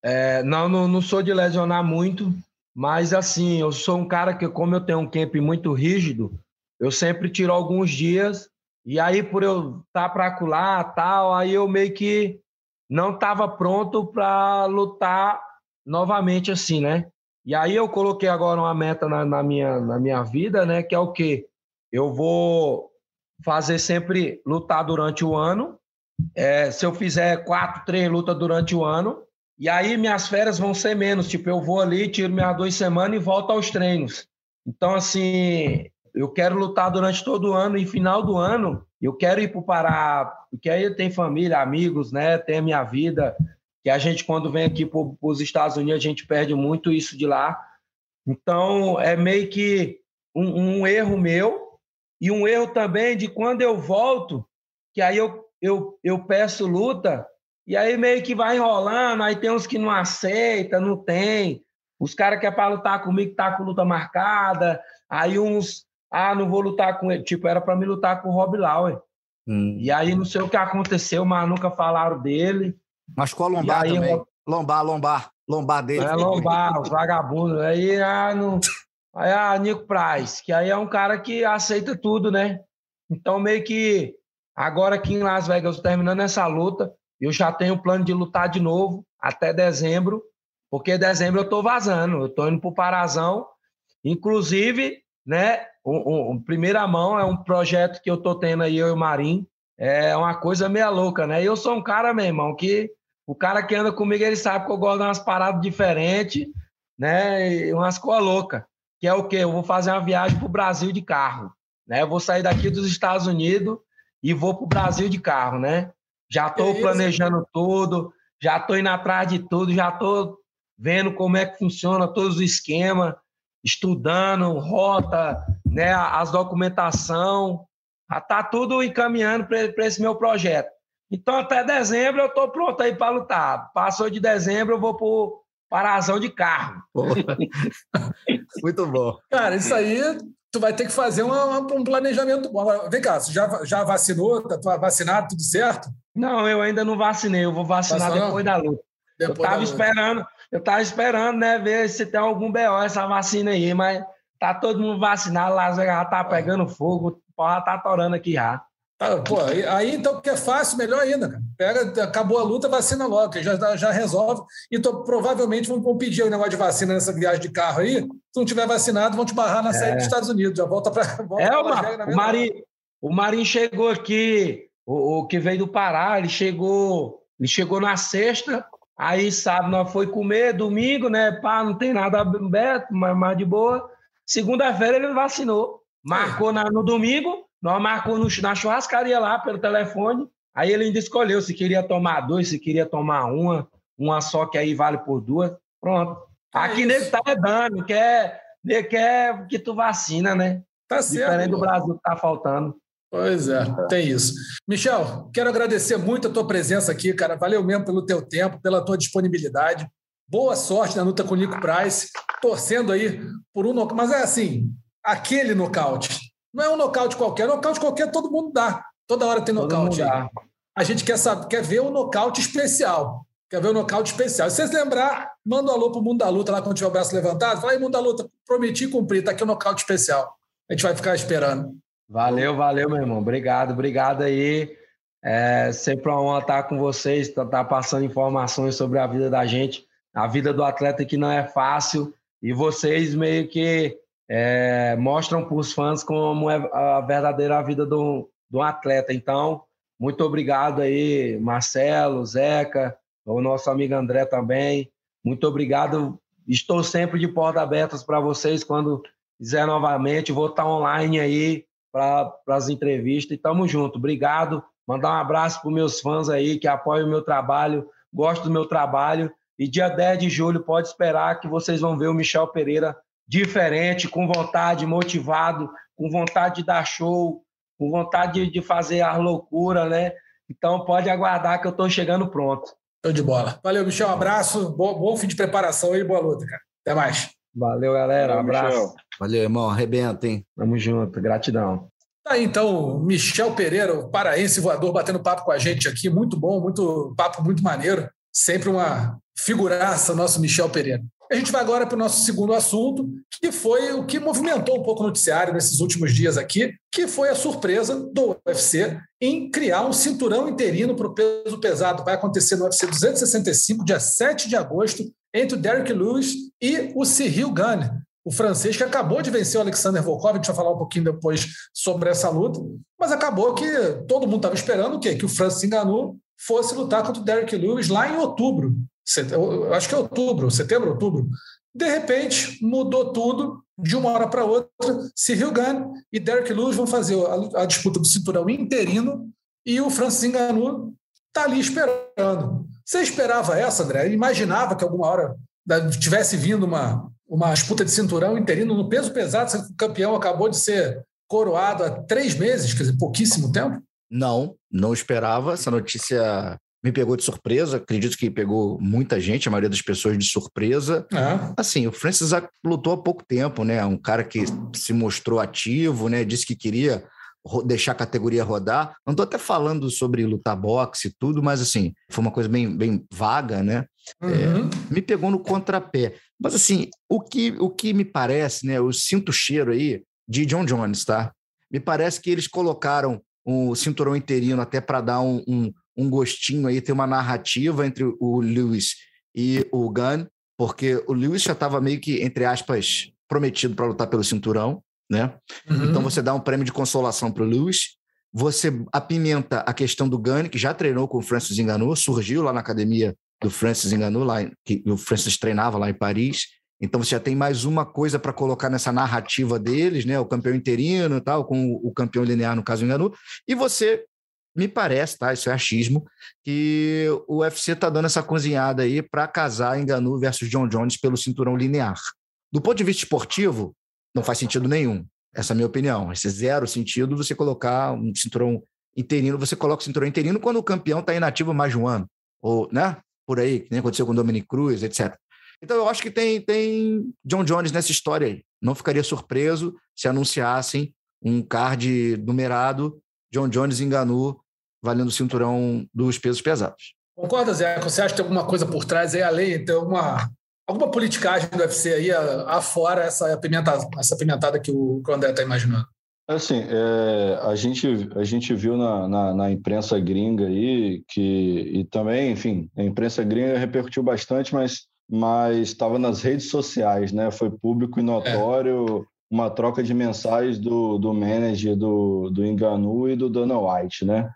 Não sou de lesionar muito, mas assim, eu sou um cara que, como eu tenho um camp muito rígido, eu sempre tiro alguns dias, e aí por eu estar para acular, tal, aí eu meio que não estava pronto para lutar novamente assim, né? E aí eu coloquei agora uma meta na minha vida, né? Que é o quê? Eu vou fazer sempre lutar durante o ano. Se eu fizer 3 lutas durante o ano, e aí minhas férias vão ser menos. Tipo, eu vou ali, tiro minhas 2 semanas e volto aos treinos. Então, assim, eu quero lutar durante todo o ano, e final do ano eu quero ir para o Pará, porque aí tem família, amigos, né? Tem a minha vida, que a gente, quando vem aqui para os Estados Unidos, a gente perde muito isso de lá. Então, é meio que um erro meu, e um erro também de quando eu volto, que aí eu peço luta, e aí meio que vai enrolando, aí tem uns que não aceitam, não tem. Os caras que é para lutar comigo, que tá com luta marcada, aí uns, não vou lutar com ele. Tipo, era para me lutar com o Rob Lauer. E aí não sei o que aconteceu, mas nunca falaram dele. Machucou a lombar aí, também. Lombar dele. Lombar, os vagabundos. Aí, Nico Price, que aí é um cara que aceita tudo, né? Então, meio que agora aqui em Las Vegas, terminando essa luta, eu já tenho o plano de lutar de novo até dezembro, porque dezembro eu tô vazando, eu tô indo pro Parazão. Inclusive, né, primeira mão, é um projeto que eu tô tendo aí, eu e o Marinho. É uma coisa meio louca, né? Eu sou um cara, meu irmão, que o cara que anda comigo, ele sabe que eu gosto de umas paradas diferentes, né? E umas coisas loucas. Que é o quê? Eu vou fazer uma viagem pro Brasil de carro, né? Eu vou sair daqui dos Estados Unidos e vou pro Brasil de carro, né? Já tô planejando tudo, já tô indo atrás de tudo, já tô vendo como é que funciona todos os esquemas, estudando, rota, né? As documentação, já tá tudo encaminhando para esse meu projeto. Então, até dezembro eu tô pronto aí para lutar. Passou de dezembro, eu vou pro Parazão de carro. Muito bom. Cara, isso aí tu vai ter que fazer um planejamento bom. Agora, vem cá, você já vacinou? Tá vacinado, tudo certo? Não, eu ainda não vacinei. Eu vou vacinar depois da luta. Eu tava esperando, né, ver se tem algum BO essa vacina aí, mas tá todo mundo vacinado, Las Vegas já tá pegando fogo, já tá atorando aqui já. Pô, aí então, que é fácil, melhor ainda, cara. Acabou a luta, vacina logo, que já resolve. Então, provavelmente vão pedir o negócio de vacina nessa viagem de carro aí. Se não tiver vacinado, vão te barrar na saída dos Estados Unidos. Já volta para. O Marinho chegou aqui, o que veio do Pará, ele chegou na sexta, aí sábado nós foi comer, domingo, né? Pá, não tem nada aberto, mas de boa. Segunda-feira ele vacinou. Marcou no domingo. Nós marcamos na churrascaria lá, pelo telefone. Aí ele ainda escolheu se queria tomar 2, se queria tomar uma só, que aí vale por 2. Pronto. Aqui nele tá dando, quer que tu vacina, né? Tá certo. Diferente do Brasil que tá faltando. Pois é, tem isso. Michel, quero agradecer muito a tua presença aqui, cara. Valeu mesmo pelo teu tempo, pela tua disponibilidade. Boa sorte na luta com o Nico Price. Torcendo aí por um nocaute. Mas é assim, aquele nocaute. Não é um nocaute qualquer. Nocaute qualquer todo mundo dá. Toda hora tem nocaute. A gente quer ver um nocaute especial. Quer ver um nocaute especial. Se vocês lembrar, manda um alô pro Mundo da Luta lá quando tiver o braço levantado. Fala aí, Mundo da Luta, prometi cumprir. Tá aqui um nocaute especial. A gente vai ficar esperando. Valeu, meu irmão. Obrigado aí. É sempre uma honra estar com vocês, estar passando informações sobre a vida da gente, a vida do atleta que não é fácil. E vocês meio que mostram para os fãs como é a verdadeira vida do atleta. Então, muito obrigado aí, Marcelo, Zeca, o nosso amigo André também. Muito obrigado. Estou sempre de portas abertas para vocês. Quando quiser novamente, vou estar online aí para as entrevistas. E tamo junto. Obrigado. Mandar um abraço para os meus fãs aí que apoiam o meu trabalho, gostam do meu trabalho. E dia 10 de julho pode esperar que vocês vão ver o Michel Pereira diferente, com vontade, motivado, com vontade de dar show, com vontade de fazer a loucura, né? Então pode aguardar que eu estou chegando pronto. Show de bola. Valeu, Michel. Um abraço. Bom fim de preparação aí. Boa luta, cara. Até mais. Valeu, galera. Um abraço. Michel. Valeu, irmão. Arrebenta, hein? Tamo junto. Gratidão. Tá aí, então, Michel Pereira, o paraense voador, batendo papo com a gente aqui. Muito bom, papo muito maneiro. Sempre uma figuraça, nosso Michel Pereira. A gente vai agora para o nosso segundo assunto, que foi o que movimentou um pouco o noticiário nesses últimos dias aqui, que foi a surpresa do UFC em criar um cinturão interino para o peso pesado. Vai acontecer no UFC 265, dia 7 de agosto, entre o Derrick Lewis e o Cyril Gane, o francês que acabou de vencer o Alexander Volkov. A gente vai falar um pouquinho depois sobre essa luta, mas acabou que todo mundo estava esperando o quê? Que o Francis Ngannou fosse lutar contra o Derrick Lewis lá em outubro. Eu acho que é setembro, outubro. De repente, mudou tudo, de uma hora para outra. Cyril Gane e Derrick Lewis vão fazer a disputa do cinturão interino e o Francis Ngannou está ali esperando. Você esperava essa, André? Imaginava que alguma hora tivesse vindo uma disputa de cinturão interino no peso pesado? O campeão acabou de ser coroado há 3 meses, quer dizer, pouquíssimo tempo? Não esperava. Essa notícia me pegou de surpresa, acredito que pegou muita gente, a maioria das pessoas de surpresa. Assim, o Francis lutou há pouco tempo, né? Um cara que se mostrou ativo, né? Disse que queria deixar a categoria rodar. Não estou até falando sobre lutar boxe e tudo, mas assim, foi uma coisa bem vaga, né? Me pegou no contrapé. Mas assim, o que me parece, né? Eu sinto o cheiro aí de John Jones, tá? Me parece que eles colocaram o cinturão interino até para dar um gostinho aí, ter uma narrativa entre o Lewis e o Gane, porque o Lewis já estava meio que, entre aspas, prometido para lutar pelo cinturão, né? Então você dá um prêmio de consolação para o Lewis, você apimenta a questão do Gane, que já treinou com o Francis Ngannou, surgiu lá na academia do Francis Ngannou, que o Francis treinava lá em Paris. Então você já tem mais uma coisa para colocar nessa narrativa deles, né? O campeão interino e tal, com o campeão linear, no caso Ngannou, e você... Me parece, tá? Isso é achismo, que o UFC está dando essa cozinhada aí para casar Ngannou versus John Jones pelo cinturão linear. Do ponto de vista esportivo, não faz sentido nenhum. Essa é a minha opinião. Esse zero sentido você colocar um cinturão interino. Você coloca o cinturão interino quando o campeão está inativo mais de um ano. Ou, né? Por aí, que nem aconteceu com o Dominick Cruz, etc. Então eu acho que tem John Jones nessa história aí. Não ficaria surpreso se anunciassem um card numerado John Jones e Ngannou valendo o cinturão dos pesos pesados. Concorda, Zé? Você acha que tem alguma coisa por trás aí, além, tem alguma politicagem do UFC aí afora essa apimentada que o André está imaginando? Assim, a gente viu na imprensa gringa aí, e também, enfim, a imprensa gringa repercutiu bastante, mas estava nas redes sociais, né? Foi público e notório uma troca de mensagens do manager do Ngannou e do Dana White, né?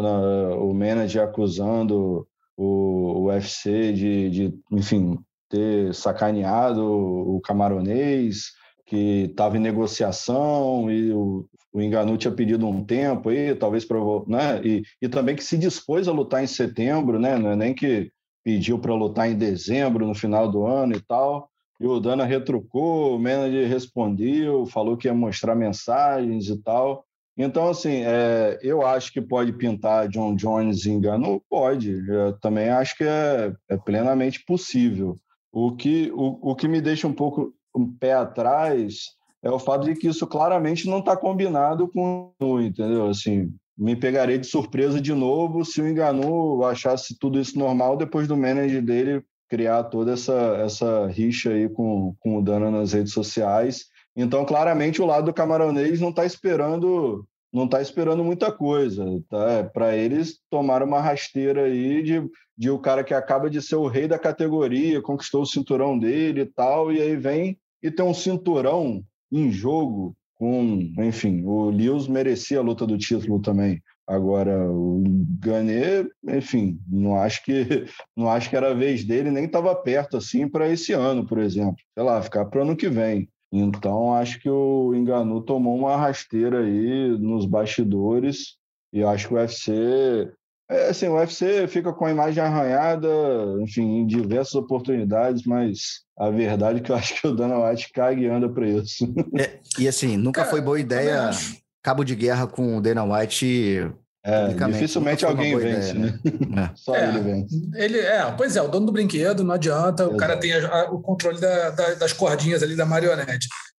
O manager acusando o UFC de enfim, ter sacaneado o camaronês, que estava em negociação, e o Ngannou tinha pedido um tempo aí, talvez para, né? E também que se dispôs a lutar em setembro, né? Não é nem que pediu para lutar em dezembro, no final do ano e tal. E o Dana retrucou, o manager respondeu, falou que ia mostrar mensagens e tal. Então, assim, eu acho que pode pintar John Jones e Ngannou? Pode. Eu também acho que é plenamente possível. O que me deixa um pouco um pé atrás é o fato de que isso claramente não está combinado com o, entendeu? Assim, me pegarei de surpresa de novo se o Ngannou achasse tudo isso normal depois do manager dele criar toda essa rixa aí com o Dana nas redes sociais. Então, claramente, o lado do camaronês não está esperando muita coisa. Tá? Para eles, tomaram uma rasteira aí de o cara que acaba de ser o rei da categoria, conquistou o cinturão dele e tal, e aí vem e tem um cinturão em jogo com... Enfim, o Lewis merecia a luta do título também. Agora, o Gane, enfim, não acho que era a vez dele, nem estava perto assim para esse ano, por exemplo. Sei lá, ficar para o ano que vem. Então, acho que o Ngannou tomou uma rasteira aí nos bastidores e acho que o UFC... o UFC fica com a imagem arranhada, enfim, em diversas oportunidades, mas a verdade é que eu acho que o Dana White caga e anda para isso. E assim, nunca foi boa ideia cabo de guerra com o Dana White... dificilmente alguém vence, né? Só ele vence. Pois é, o dono do brinquedo, não adianta, o cara tem o controle das cordinhas ali da marionete.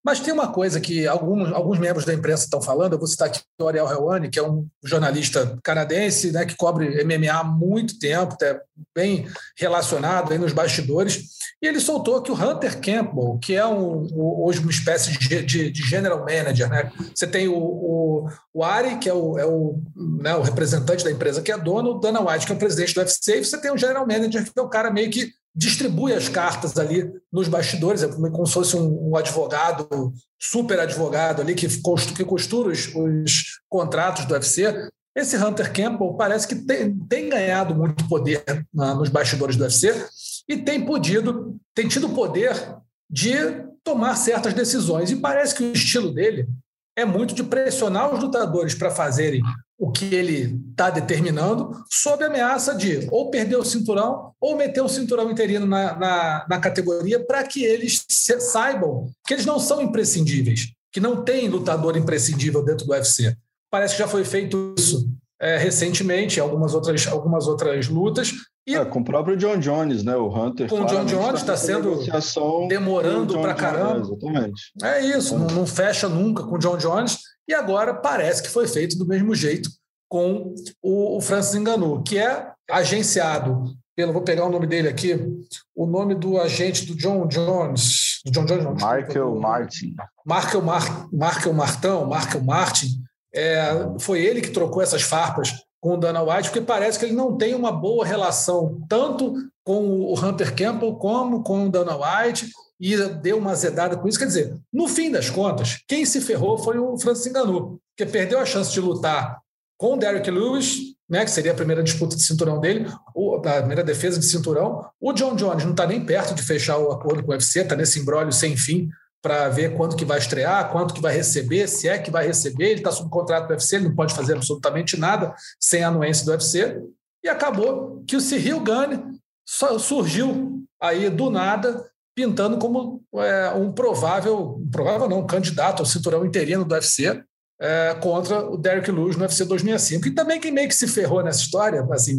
Mas tem uma coisa que alguns membros da imprensa estão falando, eu vou citar aqui o Ariel Helwani, que é um jornalista canadense, né, que cobre MMA há muito tempo, é bem relacionado aí nos bastidores, e ele soltou que o Hunter Campbell, que é hoje uma espécie de general manager, né? Você tem o Ari, que é o representante da empresa que é dono, o Dana White, que é o presidente do UFC, e você tem o general manager, que é o cara meio que distribui as cartas ali nos bastidores, é como se fosse um advogado, super advogado ali, que costura os contratos do UFC. Esse Hunter Campbell parece que tem ganhado muito poder nos bastidores do UFC e tem tido poder de tomar certas decisões. E parece que o estilo dele é muito de pressionar os lutadores para fazerem o que ele está determinando, sob ameaça de ou perder o cinturão ou meter o cinturão interino na categoria, para que eles saibam que eles não são imprescindíveis, que não tem lutador imprescindível dentro do UFC. Parece que já foi feito isso recentemente, algumas outras lutas. E com o próprio John Jones, né? O Hunter. Com o John Jones está sendo demorando para caramba. Exatamente. É isso, não fecha nunca com o John Jones. E agora parece que foi feito do mesmo jeito com o Francis Ngannou, que é agenciado pelo, vou pegar o nome dele aqui, o nome do agente do John Jones. Michael Martin. Michael Martin. Foi ele que trocou essas farpas com o Dana White, porque parece que ele não tem uma boa relação tanto com o Hunter Campbell como com o Dana White, e deu uma azedada com isso. Quer dizer, no fim das contas, quem se ferrou foi o Francis Ngannou, que perdeu a chance de lutar com o Derrick Lewis, né, que seria a primeira disputa de cinturão dele, a primeira defesa de cinturão. O John Jones não está nem perto de fechar o acordo com o UFC, está nesse imbróglio sem fim para ver quando que vai estrear, quanto que vai receber, se é que vai receber. Ele está sob contrato do UFC, ele não pode fazer absolutamente nada sem a anuência do UFC. E acabou que o Cyril Gane surgiu aí do nada, pintando como um candidato ao cinturão interino do UFC contra o Derrick Lewis no UFC 2005. E também quem meio que se ferrou nessa história, assim,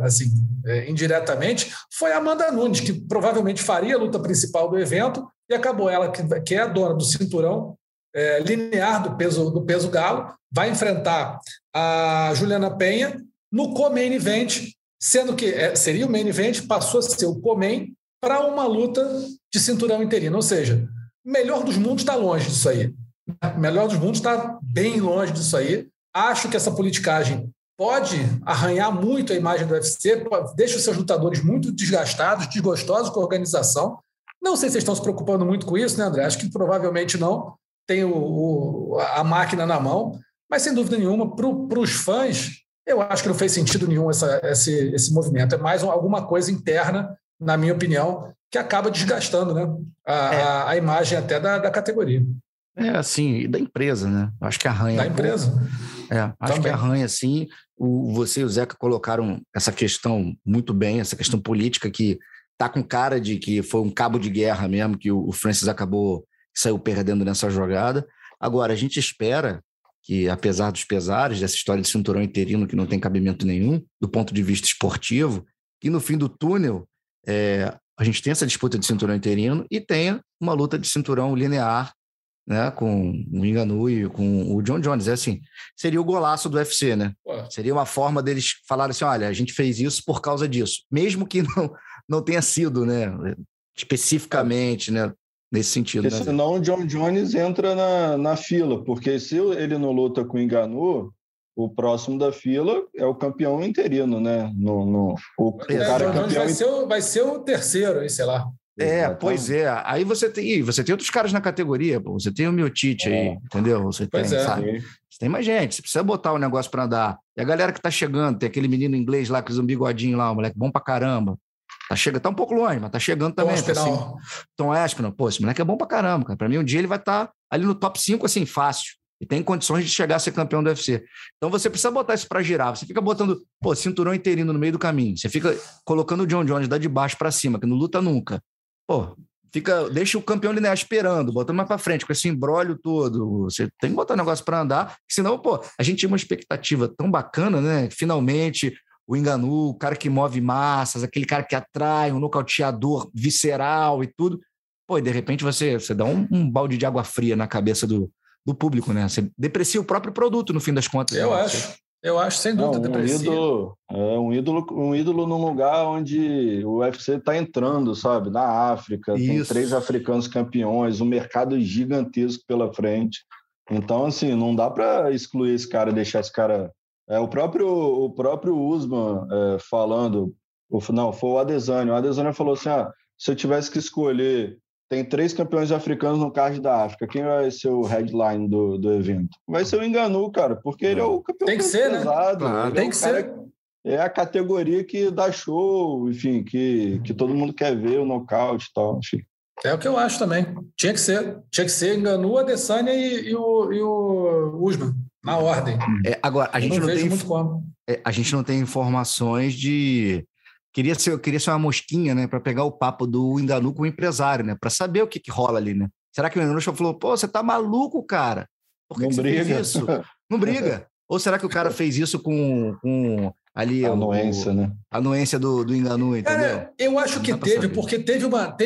indiretamente, foi a Amanda Nunes, que provavelmente faria a luta principal do evento, e acabou ela, que é a dona do cinturão linear do peso galo, vai enfrentar a Juliana Penha no co-main event, sendo que seria o main event, passou a ser o co-main para uma luta de cinturão interino. Ou seja, o melhor dos mundos está longe disso aí. O melhor dos mundos está bem longe disso aí. Acho que essa politicagem pode arranhar muito a imagem do UFC, deixa os seus lutadores muito desgastados, desgostosos com a organização. Não sei se vocês estão se preocupando muito com isso, né, André? Acho que provavelmente não. Tem a máquina na mão, mas sem dúvida nenhuma, para os fãs, eu acho que não fez sentido nenhum esse movimento. É mais alguma coisa interna, na minha opinião, que acaba desgastando, né, a imagem até da categoria. Assim, da empresa, né? Acho que arranha. Da empresa. Acho também que arranha, assim. Você e o Zeca colocaram essa questão muito bem, essa questão política que tá com cara de que foi um cabo de guerra mesmo, que o Francis saiu perdendo nessa jogada. Agora, a gente espera que, apesar dos pesares dessa história de cinturão interino que não tem cabimento nenhum, do ponto de vista esportivo, que no fim do túnel a gente tenha essa disputa de cinturão interino e tenha uma luta de cinturão linear, né, com o Ngannou e com o John Jones. Assim, seria o golaço do UFC, né? Seria uma forma deles falarem assim, olha, a gente fez isso por causa disso, mesmo que não tenha sido, né, especificamente, né, nesse sentido. Porque senão o John Jones entra na fila, porque se ele não luta com o Ngannou, o próximo da fila é o campeão interino, né? O cara campeão vai ser o terceiro, aí, sei lá. Pois é. Aí você tem outros caras na categoria, pô. Você tem o Miocic aí, entendeu? Você tem mais gente. Você precisa botar o negócio para andar. E a galera que tá chegando, tem aquele menino inglês lá com os bigodinho lá, um moleque bom pra caramba. Tá um pouco longe, mas tá chegando também. Tom Aspinall, pô, esse moleque é bom pra caramba, cara. Pra mim, um dia ele vai estar ali no top 5, assim, fácil. E tem condições de chegar a ser campeão do UFC. Então você precisa botar isso para girar. Você fica botando, cinturão interino no meio do caminho. Você fica colocando o John Jones de baixo para cima, que não luta nunca. Deixa o campeão linear esperando, botando mais para frente, com esse imbróglio todo. Você tem que botar o negócio para andar, senão, a gente tinha uma expectativa tão bacana, né? Finalmente, o Ngannou, o cara que move massas, aquele cara que atrai, um nocauteador visceral e tudo. Pô, e de repente você dá um balde de água fria na cabeça do público, né? Você deprecia o próprio produto, no fim das contas. Eu acho, sem dúvida, deprecia. Um ídolo num lugar onde o UFC está entrando, sabe? Na África, tem 3 africanos campeões, um mercado gigantesco pela frente. Então, assim, não dá para excluir esse cara, deixar esse cara... O próprio Usman falando... Não, foi o Adesanya. O Adesanya falou assim, se eu tivesse que escolher... Tem 3 campeões africanos no card da África. Quem vai ser o headline do evento? Vai ser o Ngannou, cara, porque ele é o campeão tem que ser, pesado. Né? Claro, tem que ser. É a categoria que dá show, enfim, que todo mundo quer ver, o nocaute e tal, enfim. É o que eu acho também. Tinha que ser Ngannou, Adesanya e o Usman, na ordem. Agora, a gente não tem informações de... Queria ser uma mosquinha, né, para pegar o papo do Ngannou com o empresário, né, para saber o que rola ali, né? Será que o Ngannou falou, pô, você tá maluco, cara? Por que você fez isso? Não briga. Ou será que o cara fez isso com ali a anuência, né? A anuência do Ngannou, entendeu? Cara, eu acho que teve, porque teve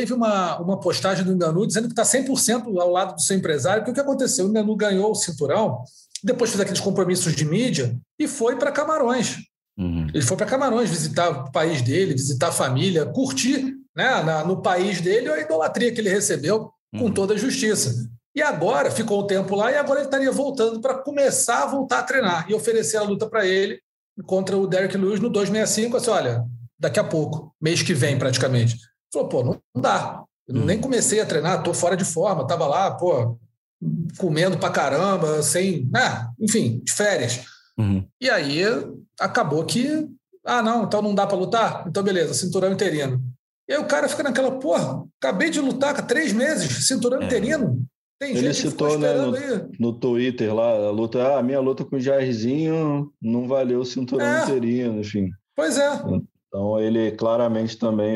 uma postagem do Ngannou dizendo que está 100% ao lado do seu empresário, porque o que aconteceu? O Ngannou ganhou o cinturão, depois fez aqueles compromissos de mídia e foi para Camarões. Uhum. Ele foi para Camarões visitar o país dele, visitar a família, curtir, né, no país dele a idolatria que ele recebeu com toda a justiça. E agora, ficou um tempo lá e agora ele estaria voltando para começar a voltar a treinar e oferecer a luta para ele contra o Derrick Lewis no 265, assim, olha, daqui a pouco, mês que vem praticamente. Ele falou, pô, não dá. Eu nem comecei a treinar, estou fora de forma, estava lá, pô, comendo pra caramba, sem, enfim, de férias. Uhum. E aí acabou que, não, então não dá para lutar? Então beleza, cinturão interino. E aí o cara fica naquela, porra, acabei de lutar há 3 meses, cinturão interino. Tem ele gente que citou, né, no Twitter lá, a minha luta com o Jairzinho não valeu o cinturão interino, enfim. Pois é. Então ele claramente também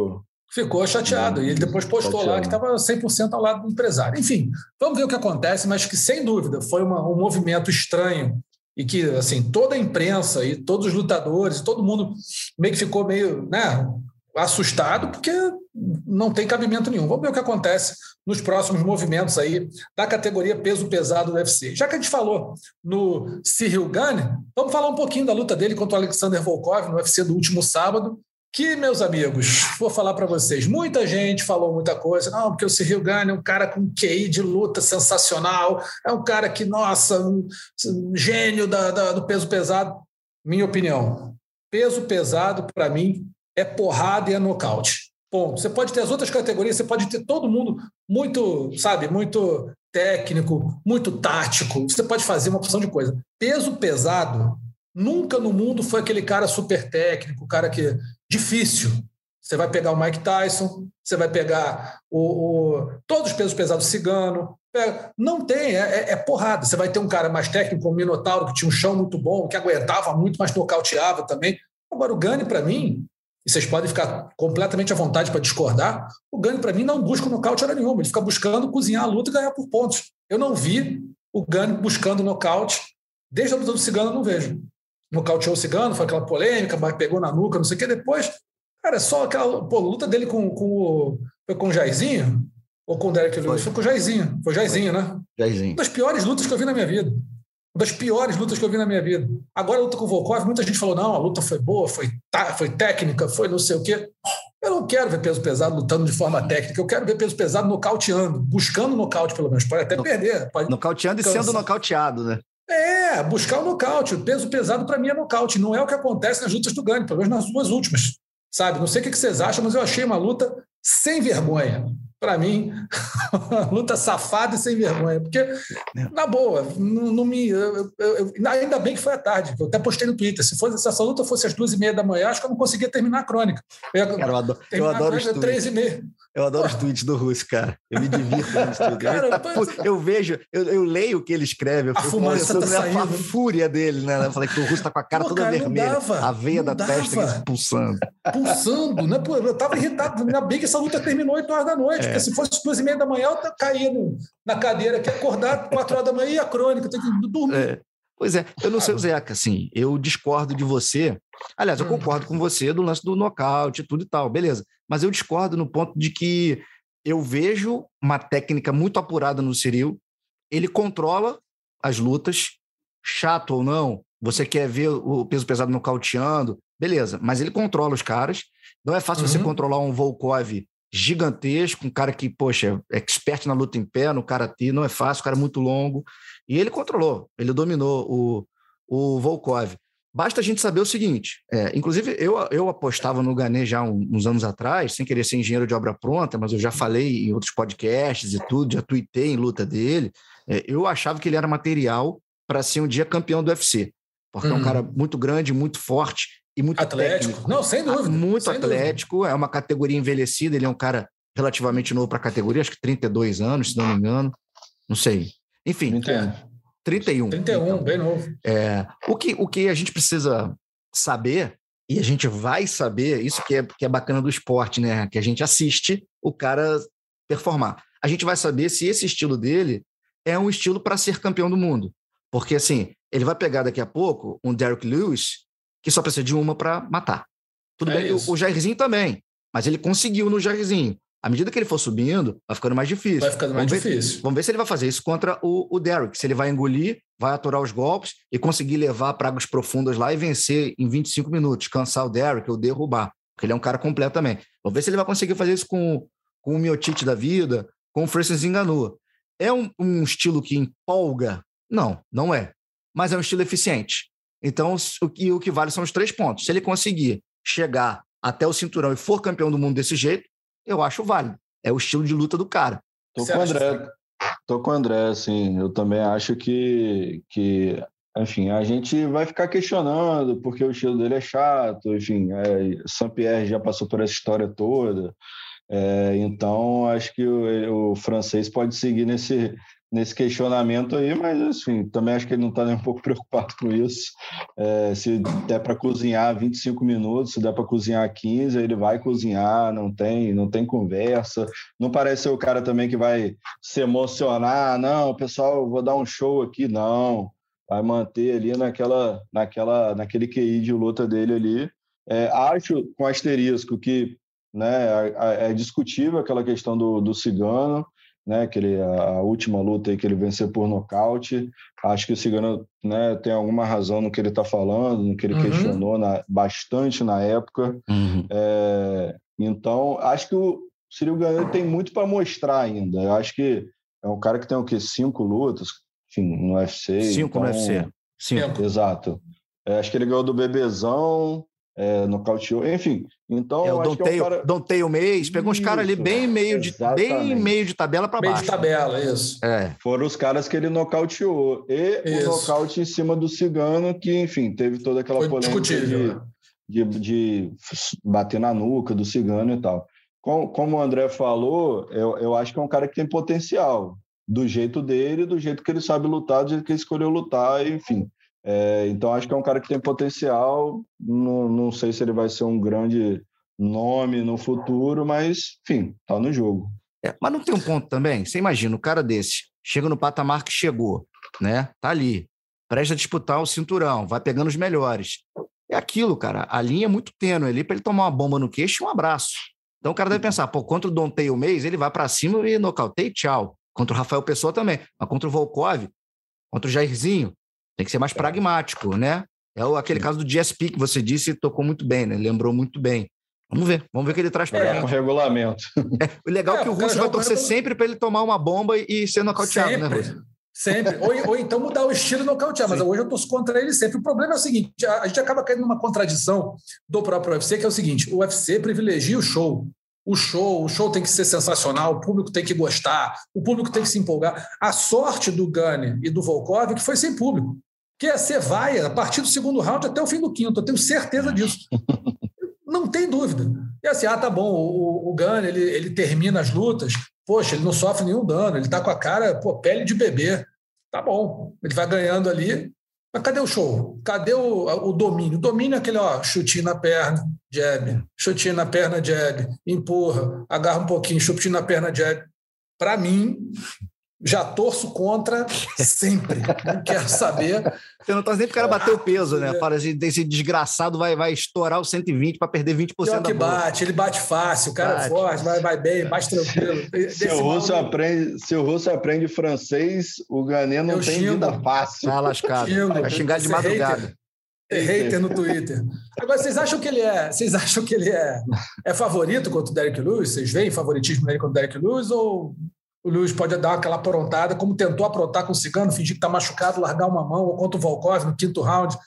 ficou chateado. E ele depois postou lá que estava 100% ao lado do empresário. Enfim, vamos ver o que acontece, mas que sem dúvida foi um movimento estranho e que, assim, toda a imprensa e todos os lutadores, todo mundo meio que ficou meio, né, assustado, porque não tem cabimento nenhum. Vamos ver o que acontece nos próximos movimentos aí da categoria peso pesado do UFC. Já que a gente falou no Cyril Gane, vamos falar um pouquinho da luta dele contra o Alexander Volkov no UFC do último sábado, que, meus amigos, vou falar para vocês, muita gente falou muita coisa, não, porque o Cyril Gane é um cara com QI de luta sensacional, é um cara que, nossa, um gênio do peso pesado. Minha opinião, peso pesado, para mim, é porrada e é nocaute. Ponto. Você pode ter as outras categorias, você pode ter todo mundo muito, sabe, muito técnico, muito tático, você pode fazer uma opção de coisa. Peso pesado, nunca no mundo foi aquele cara super técnico, cara que... Difícil. Você vai pegar o Mike Tyson, você vai pegar todos os pesos pesados Cigano. Não tem, é porrada. Você vai ter um cara mais técnico, como o Minotauro, que tinha um chão muito bom, que aguentava muito, mas nocauteava também. Agora, o Gane, para mim, e vocês podem ficar completamente à vontade para discordar, o Gane, para mim, não busca nocaute hora nenhuma. Ele fica buscando cozinhar a luta e ganhar por pontos. Eu não vi o Gane buscando nocaute. Desde a luta do Cigano, eu não vejo. Nocauteou o Cigano, foi aquela polêmica, pegou na nuca, não sei o que. Depois, cara, só aquela luta dele com o Jairzinho, ou com o Derrick Lewis? Foi com o Jairzinho. Foi o Jairzinho, né? Jairzinho. Uma das piores lutas que eu vi na minha vida. Agora a luta com o Volkov, muita gente falou, não, a luta foi boa, foi técnica, foi não sei o quê. Eu não quero ver peso pesado lutando de forma técnica, eu quero ver peso pesado nocauteando, buscando nocaute pelo menos, pode até perder. Nocauteando e sendo nocauteado, né? Buscar o nocaute. O peso pesado, para mim, é nocaute. Não é o que acontece nas lutas do Gane, pelo menos nas 2 últimas. Sabe? Não sei o que vocês acham, mas eu achei uma luta sem vergonha. Para mim, uma luta safada e sem vergonha. Porque, na boa, não me... ainda bem que foi à tarde. Eu até postei no Twitter. Se essa luta fosse às 2h30 da manhã, acho que eu não conseguia terminar a crônica. Eu adoro os tweets. 3h30. Eu adoro os tweets do Russo, cara. Eu me divirto com isso tudo. Eu vejo, eu leio o que ele escreve. A fumaça tá saindo. A fúria dele, né? Eu falei que o Russo tá com a cara toda vermelha. A veia da testa pulsando. Pulsando, né? Pô, eu tava irritado. Ainda bem que essa luta terminou 8 horas da noite. Porque se fosse 2h30 da manhã, eu caía na cadeira aqui, acordar 4 horas da manhã e a crônica. Eu tenho que dormir. Pois é, eu não sei, Zeca, assim, eu discordo de você. Aliás, eu concordo com você do lance do nocaute e tudo e tal, beleza. Mas eu discordo no ponto de que eu vejo uma técnica muito apurada no Ciryl. Ele controla as lutas, chato ou não. Você quer ver o peso pesado nocauteando, beleza, mas ele controla os caras. Não é fácil você controlar um Volkov gigantesco, um cara que, poxa, é expert na luta em pé, no karatê, não é fácil, o cara é muito longo. E ele controlou, ele dominou o Volkov. Basta a gente saber o seguinte, inclusive eu apostava no Gane já uns anos atrás, sem querer ser engenheiro de obra pronta, mas eu já falei em outros podcasts e tudo, já tuitei em luta dele, eu achava que ele era material para ser um dia campeão do UFC, porque é um cara muito grande, muito forte e muito atlético. Técnico. Não, sem dúvida. Muito sem atlético, dúvida. É uma categoria envelhecida, ele é um cara relativamente novo para a categoria, acho que 32 anos, se não me engano, não sei. Enfim, 31. Então, bem novo. O que a gente precisa saber, e a gente vai saber, isso que é bacana do esporte, né? Que a gente assiste o cara performar. A gente vai saber se esse estilo dele é um estilo para ser campeão do mundo. Porque, assim, ele vai pegar daqui a pouco um Derrick Lewis que só precisa de uma para matar. Tudo bem, o Jairzinho também, mas ele conseguiu no Jairzinho. À medida que ele for subindo, vai ficando mais difícil. Vai ficando mais difícil. Vamos ver se ele vai fazer isso contra o Derrick, se ele vai engolir, vai aturar os golpes e conseguir levar para águas profundas lá e vencer em 25 minutos, cansar o Derrick ou derrubar, porque ele é um cara completo também. Vamos ver se ele vai conseguir fazer isso com o Miocic da vida, com o Francis Ngannou. É um estilo que empolga? Não é. Mas é um estilo eficiente. Então, o que vale são os 3 pontos. Se ele conseguir chegar até o cinturão e for campeão do mundo desse jeito, eu acho válido. É o estilo de luta do cara. Tô com o André, assim. Eu também acho que enfim, a gente vai ficar questionando porque o estilo dele é chato. Enfim, Saint-Pierre já passou por essa história toda. Então, acho que o francês pode seguir nesse questionamento aí, mas, assim, também acho que ele não está nem um pouco preocupado com isso. Se der para cozinhar 25 minutos, se der para cozinhar 15, ele vai cozinhar, não tem conversa. Não parece ser o cara também que vai se emocionar, não, pessoal, eu vou dar um show aqui, não. Vai manter ali naquele QI de luta dele ali. Acho, com asterisco, que, né, é discutível aquela questão do Cigano, né, a última luta aí que ele venceu por nocaute. Acho que o Cigano, né, tem alguma razão no que ele está falando, no que ele questionou bastante na época. Então, acho que o Ciryl Gane tem muito para mostrar ainda. Eu acho que é um cara que tem 5 lutas, enfim, no UFC. 5 no UFC. 5. Exato. Acho que ele ganhou do Bebezão, nocauteou, enfim. Então, o Dontei o mês, pegou uns caras ali bem meio de tabela para baixo. Meio de tabela, isso. Foram os caras que ele nocauteou. E o nocaute em cima do Cigano, que, enfim, teve toda aquela polêmica de bater na nuca do Cigano e tal. Como o André falou, eu acho que é um cara que tem potencial, do jeito dele, do jeito que ele sabe lutar, do jeito que ele escolheu lutar, enfim. Então, acho que é um cara que tem potencial. Não sei se ele vai ser um grande nome no futuro, mas, enfim, tá no jogo. Mas não tem um ponto também? Você imagina, um cara desse chega no patamar que chegou, né? Tá ali, presta a disputar o cinturão, vai pegando os melhores. É aquilo, cara. A linha é muito tênue ali para ele tomar uma bomba no queixo e um abraço. Então, o cara deve pensar, contra o Dontei o mês, ele vai para cima e nocauteia e tchau. Contra o Rafael Pessoa também. Mas contra o Volkov, contra o Jairzinho, tem que ser mais pragmático, né? Aquele caso do GSP que você disse e tocou muito bem, né? Lembrou muito bem. Vamos ver o que ele traz para gente. Com regulamento. O legal é que o Russo vai torcer sempre para ele tomar uma bomba e ser nocauteado, sempre, né, Russo? Sempre. Ou então mudar o estilo e nocautear. Mas hoje eu torço contra ele sempre. O problema é o seguinte, a gente acaba caindo numa contradição do próprio UFC, que é o seguinte, o UFC privilegia o show. O show tem que ser sensacional, o público tem que gostar, o público tem que se empolgar. A sorte do Gane e do Volkov é que foi sem público. Que ia ser vaia a partir do segundo round até o fim do quinto, eu tenho certeza disso. Não tem dúvida. E assim, tá bom, o Gane, ele termina as lutas, poxa, ele não sofre nenhum dano, ele tá com a cara, pele de bebê. Tá bom, ele vai ganhando ali. Mas cadê o show? Cadê o domínio? O domínio é aquele, chutinho na perna, jab, chutinho na perna, jab, empurra, agarra um pouquinho, chutinho na perna, jab. Para mim, Já torço contra sempre. Não quero saber. Você não torce nem pro cara bater o peso, né? Fala assim, esse desgraçado vai estourar o 120 para perder 20% Pior da que bola. bate, ele bate fácil, o cara é forte, vai bem, bate tranquilo. Se o russo aprende francês, o Ghanê não tem vida fácil. Tá lascado. Vai xingar de madrugada. Hater no Twitter. Agora, vocês acham que ele é favorito contra o Derrick Lewis? Vocês veem favoritismo nele contra o Derrick Lewis? Ou o Lewis pode dar aquela aprontada, como tentou aprontar com o Cigano, fingir que está machucado, largar uma mão, ou contra o Volkov no quinto round,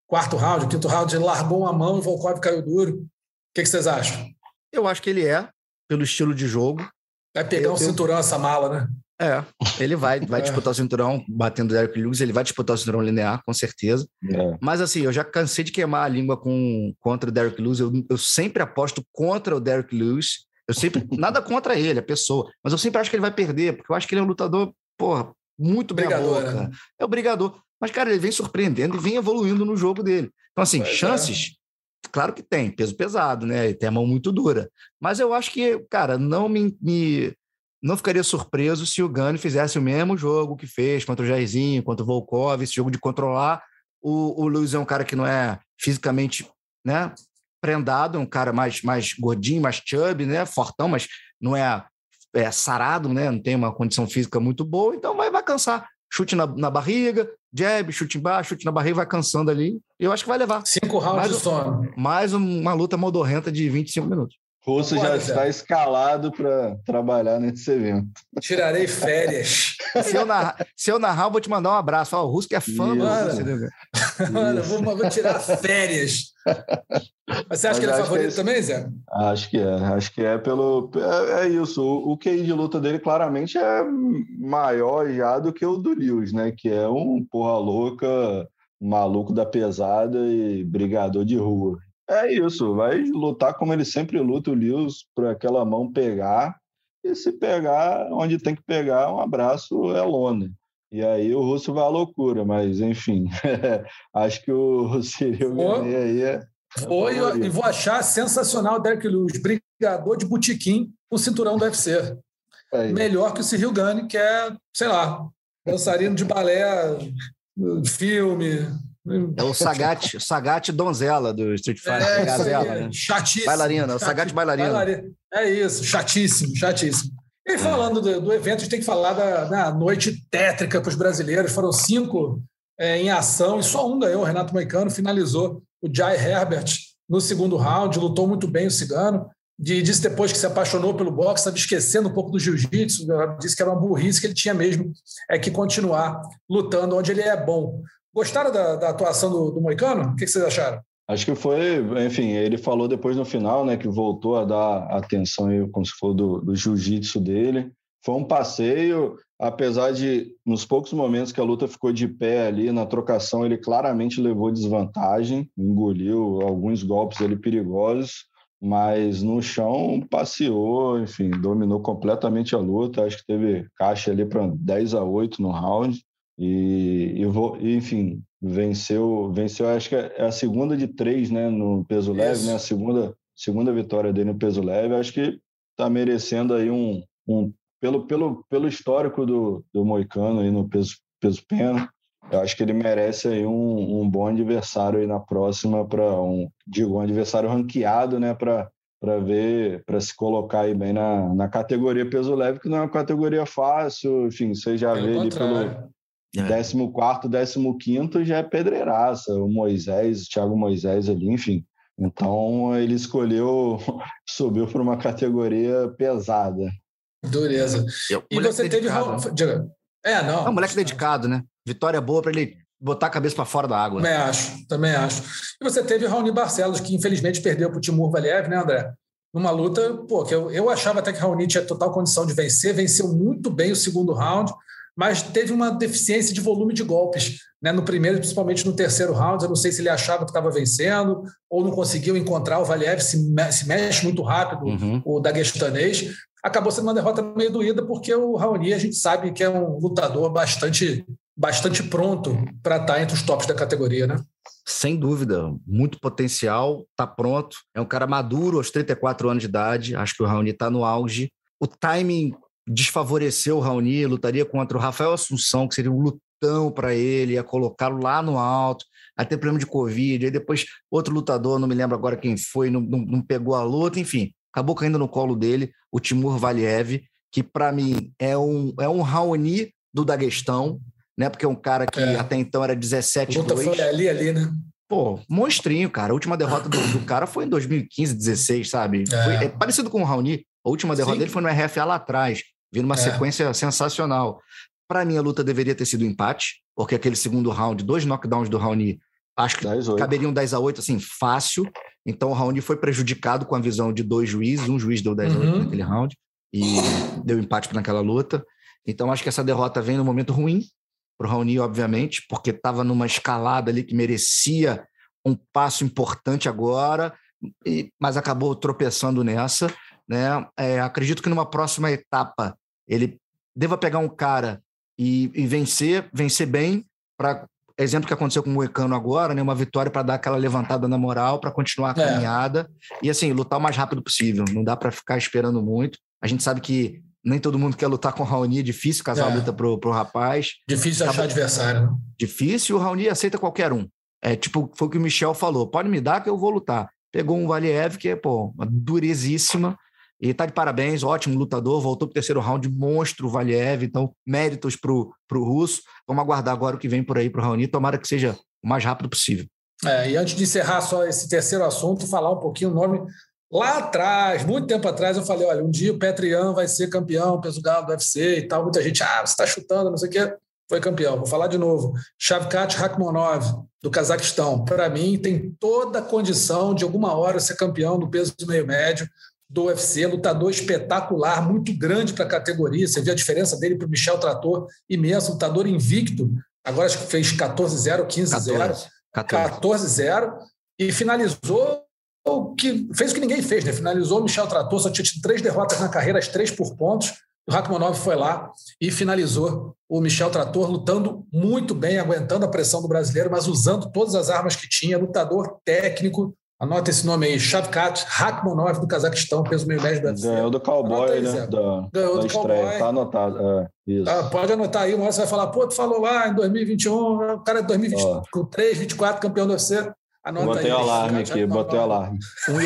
ele largou uma mão e o Volkov caiu duro. O que vocês acham? Eu acho que ele pelo estilo de jogo. Vai pegar um cinturão essa mala, né? Ele vai disputar o cinturão batendo o Derrick Lewis, ele vai disputar o cinturão linear, com certeza. Mas assim, eu já cansei de queimar a língua contra o Derrick Lewis, eu sempre aposto contra o Derrick Lewis, nada contra ele, a pessoa, mas eu sempre acho que ele vai perder, porque eu acho que ele é um lutador, muito meia-boca. Né? É o brigador. Mas, cara, ele vem surpreendendo e vem evoluindo no jogo dele. Então, assim, chances, claro que tem, peso pesado, né? E tem a mão muito dura. Mas eu acho que, cara, não ficaria surpreso se o Gane fizesse o mesmo jogo que fez contra o Jairzinho, contra o Volkov, esse jogo de controlar. O Lewis é um cara que não é fisicamente, né, prendado, é um cara mais gordinho, mais chubby, né, fortão, mas não é sarado, né, não tem uma condição física muito boa, então vai cansar. Chute na barriga, jab, chute embaixo, chute na barriga, vai cansando ali. E eu acho que vai levar 5 rounds de sono. Mais uma luta modorrenta de 25 minutos. Russo já está escalado para trabalhar nesse evento. Tirarei férias. Se eu narrar, eu vou te mandar um abraço. O Russo que é fã do Mano, vou tirar férias. Mas você acha que ele é favorito também, Zé? Acho que é pelo... É isso. O QI de luta dele claramente é maior já do que o do Lewis, né? Que é um porra louca, maluco da pesada e brigador de rua. É isso, vai lutar como ele sempre luta, o Lewis, para aquela mão pegar, e se pegar onde tem que pegar, um abraço é lona. E aí o Russo vai à loucura, mas enfim, acho que o Cyril Gane aí e vou achar sensacional o Derrick Lewis, brigador de botequim com cinturão do UFC. Melhor que o Cyril Gane, que é, sei lá, dançarino de balé, filme... É o Sagat donzela do Street Fighter, Gazela, né? Chatíssimo. Bailarina, o Sagat bailarina. É isso, chatíssimo. E falando do evento, a gente tem que falar da noite tétrica para os brasileiros. Foram 5 em ação e só um ganhou. O Renato Moicano finalizou o Jai Herbert no segundo round, lutou muito bem o Cigano. Disse depois que se apaixonou pelo boxe, estava esquecendo um pouco do jiu-jitsu, disse que era uma burrice que ele tinha mesmo que continuar lutando onde ele é bom. Gostaram da atuação do Moicano? O que vocês acharam? Acho que foi, enfim, ele falou depois no final, né, que voltou a dar atenção aí, como se for do jiu-jitsu dele. Foi um passeio, apesar de, nos poucos momentos que a luta ficou de pé ali, na trocação, ele claramente levou desvantagem, engoliu alguns golpes ali perigosos, mas no chão passeou, enfim, dominou completamente a luta. Acho que teve caixa ali para 10-8 no round. Enfim, venceu, acho que é a segunda de 3, né, no peso leve, né, a segunda vitória dele no peso leve. Acho que está merecendo aí pelo histórico do Moicano aí no peso pena. Eu acho que ele merece aí um bom adversário aí na próxima, um adversário ranqueado, né, para se colocar aí bem na categoria peso leve, que não é uma categoria fácil. Enfim, você já vê ali pelo 14º, 15º já é pedreiraça, o Thiago Moisés ali, enfim. Então ele subiu para uma categoria pesada. Dureza. E você teve... É um moleque dedicado, né? Vitória boa para ele botar a cabeça para fora da água. Também acho. E você teve Raoni Barcelos, que infelizmente perdeu para o Timur Valiev, né, André? Numa luta, que eu achava até que Raoni tinha total condição de vencer, venceu muito bem o segundo round, mas teve uma deficiência de volume de golpes, né? No primeiro, principalmente no terceiro round. Eu não sei se ele achava que estava vencendo ou não conseguiu encontrar. O Valiev se mexe muito rápido, o daguestanês. Acabou sendo uma derrota meio doída, porque o Raoni, a gente sabe que é um lutador bastante pronto para estar entre os tops da categoria, né? Sem dúvida, muito potencial, está pronto. É um cara maduro aos 34 anos de idade. Acho que o Raoni está no auge. O timing desfavoreceu o Raoni, lutaria contra o Rafael Assunção, que seria um lutão para ele, ia colocá-lo lá no alto, até problema de Covid, aí depois outro lutador, não me lembro agora quem foi, não pegou a luta, enfim, acabou caindo no colo dele, o Timur Valiev, que para mim é um Raoni do Daguestão, né? Porque é um cara que até então era 17-2. A luta foi ali, né? Pô, monstrinho, cara. A última derrota do cara foi em 2015, 16, sabe? É parecido com o Raoni. A última derrota dele foi no RFA lá atrás, vindo uma sequência sensacional. Para mim, a luta deveria ter sido empate, porque aquele segundo round, 2 knockdowns do Raoni, acho que caberiam 10-8, assim, fácil. Então, o Raoni foi prejudicado com a visão de 2 juízes. Um juiz deu 10-8 naquele round e deu empate naquela luta. Então, acho que essa derrota vem no momento ruim para o Raoni, obviamente, porque estava numa escalada ali que merecia um passo importante agora, mas acabou tropeçando nessa, né? Acredito que numa próxima etapa ele deva pegar um cara e vencer bem, para exemplo que aconteceu com o Moicano agora, né? Uma vitória para dar aquela levantada na moral, para continuar a caminhada e assim, lutar o mais rápido possível. Não dá para ficar esperando muito. A gente sabe que nem todo mundo quer lutar com o Raoni, é difícil casar a luta pro rapaz. Difícil achar adversário, né? Difícil, o Raoni aceita qualquer um. Tipo, foi o que o Michel falou, pode me dar que eu vou lutar. Pegou um Valiev que é, uma durezíssima, e tá de parabéns, ótimo lutador, voltou pro terceiro round, monstro o Valiev, então méritos pro russo. Vamos aguardar agora o que vem por aí pro Raoni, tomara que seja o mais rápido possível. E antes de encerrar só esse terceiro assunto, falar um pouquinho o nome. Lá atrás, muito tempo atrás, eu falei, olha, um dia o Petr Yan vai ser campeão peso galo do UFC e tal. Muita gente, você está chutando, não sei o quê. Foi campeão. Vou falar de novo. Shavkat Rakhmonov, do Cazaquistão. Para mim, tem toda a condição de alguma hora ser campeão do peso meio médio do UFC. Lutador espetacular, muito grande para a categoria. Você vê a diferença dele para o Michel Trator, imenso. Lutador invicto. Agora acho que fez 14-0, 15-0. 14-0. E finalizou fez o que ninguém fez, né? Finalizou o Michel Trator, só tinha tido 3 derrotas na carreira, as 3 por pontos. O Rakhmonov foi lá e finalizou o Michel Trator, lutando muito bem, aguentando a pressão do brasileiro, mas usando todas as armas que tinha. Lutador técnico, anota esse nome aí, Shavkat Rakhmonov, do Cazaquistão, peso meio médio do UFC. Ganhou do Cowboy, aí, né? Ganhou do estreia. Cowboy. Tá anotado. Isso. Pode anotar aí, uma hora você vai falar, tu falou lá em 2021, o cara é 2023, 24, campeão do UFC. Anota botei aí. O alarme aqui, botei o alarme.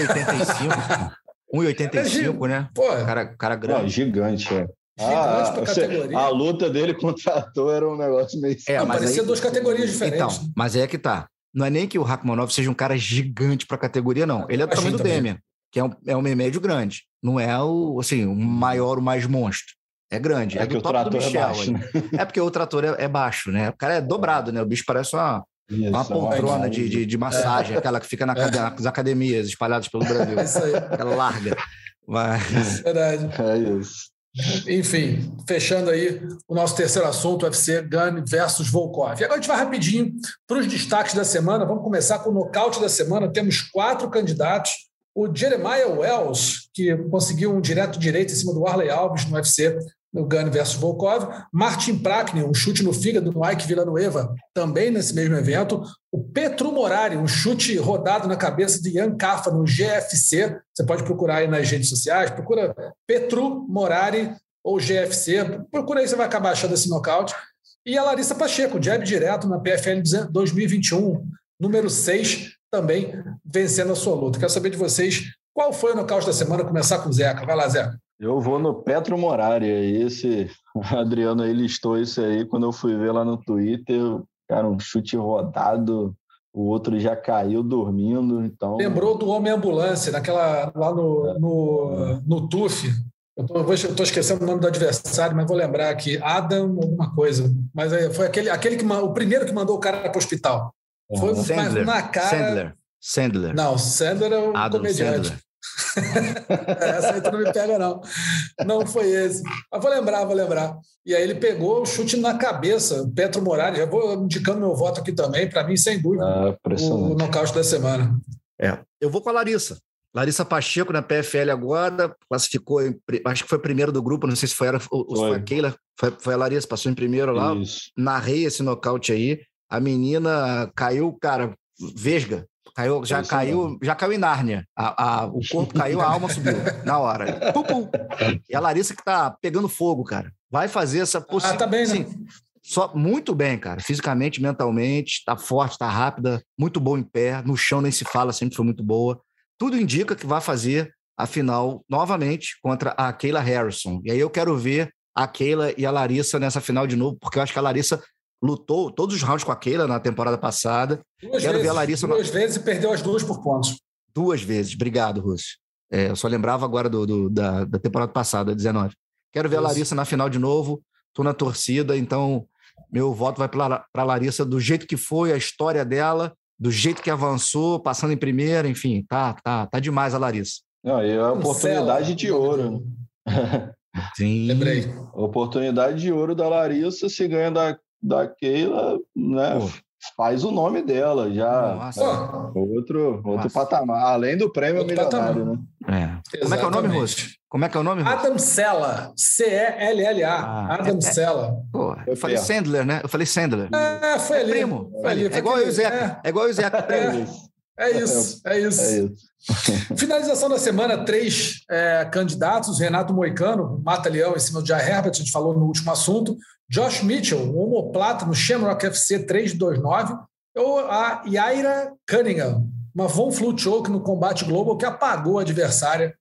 1,85, né? Pô, cara grande. Não, gigante, Gigante pra categoria. A luta dele contra o ator era um negócio meio... parecia 2 categorias diferentes. Então, mas é que tá. Não é nem que o Rakhmonov seja um cara gigante pra categoria, não. Ele é do tamanho do Demian, que é um meio médio grande. Não é o maior, o mais monstro. É grande. É do o trator do Michel, é baixo, né? É porque o trator é baixo, né? O cara é dobrado, né? O bicho parece uma poltrona de massagem, aquela que fica nas academias espalhadas pelo Brasil. É isso aí. Aquela larga. Mas... Verdade. É isso. Enfim, fechando aí o nosso terceiro assunto, UFC Gane versus Volkov. E agora a gente vai rapidinho para os destaques da semana. Vamos começar com o nocaute da semana. Temos 4 candidatos. O Jeremiah Wells, que conseguiu um direto em cima do Arley Alves no UFC, no Gane versus Volkov. Martin Praknin, um chute no fígado no Ike Villanueva, também nesse mesmo evento. O Petru Morari, um chute rodado na cabeça de Ian Kafa no GFC. Você pode procurar aí nas redes sociais, procura Petru Morari ou GFC. Procura aí, você vai acabar achando esse nocaute. E a Larissa Pacheco, jab direto na PFL 2021, número 6, também vencendo a sua luta. Quero saber de vocês, qual foi o nocaute da semana? Começar com o Zeca. Vai lá, Zeca. Eu vou no Petru Morari. Esse Adriano aí listou isso aí. Quando eu fui ver lá no Twitter, cara, um chute rodado, o outro já caiu dormindo. Então... Lembrou do Homem-Ambulância, lá no TUF. Eu estou esquecendo o nome do adversário, mas vou lembrar aqui. Adam, alguma coisa. Mas foi o primeiro que mandou o cara para o hospital. Foi Sandler, na cara... Sandler. Não, Sandler é o Adam comediante. Sandler. Essa aí tu não me pega, não. Não foi esse. Mas vou lembrar. E aí ele pegou o chute na cabeça. Petru Morari, já vou indicando meu voto aqui também. Para mim, sem dúvida, o nocaute da semana. Eu vou com a Larissa. Larissa Pacheco na PFL agora, classificou, acho que foi primeiro do grupo, não sei se foi ela ou foi a Keila. Foi a Larissa, passou em primeiro lá. Isso. Narrei esse nocaute aí. A menina caiu, cara, vesga. Já caiu em Nárnia. O corpo caiu, a alma subiu na hora. Pum, pum. E a Larissa que tá pegando fogo, cara. Vai fazer essa possibilidade. Tá bem, né? Só muito bem, cara. Fisicamente, mentalmente, tá forte, tá rápida, muito boa em pé. No chão nem se fala, sempre foi muito boa. Tudo indica que vai fazer a final novamente contra a Kayla Harrison. E aí eu quero ver a Kayla e a Larissa nessa final de novo, porque eu acho que a Larissa lutou todos os rounds com a Kayla na temporada passada. Ver a Larissa duas vezes e perdeu as 2 por pontos. 2 vezes. Obrigado, Rússio. Eu só lembrava agora da temporada passada, 19. Quero ver a Larissa na final de novo. Tô na torcida, então meu voto vai para a Larissa do jeito que foi, a história dela, do jeito que avançou, passando em primeira, enfim, tá demais a Larissa. Não, e é a oportunidade de ouro. Sim. Lembrei. Oportunidade de ouro da Larissa, se ganha da Kayla, né? Pô. Faz o nome dela já. Outro patamar, além do prêmio milionário, né? Como é que é o nome, Rússio? Como é que é o nome? Adam Sella, Cella. Adam Sella. Eu falei Sandler, né? Foi ali. Primo. É igual eu e o Zeca. É igual eu e o Zeca. É isso. Finalização da semana, 3 candidatos. Renato Moicano, mata-leão em cima do Jai Herbert, a gente falou no último assunto. Josh Mitchell, omoplata no Shamrock FC 329. Ou a Yaira Cunningham, uma Von Flue Choke no Combate Global que apagou a adversária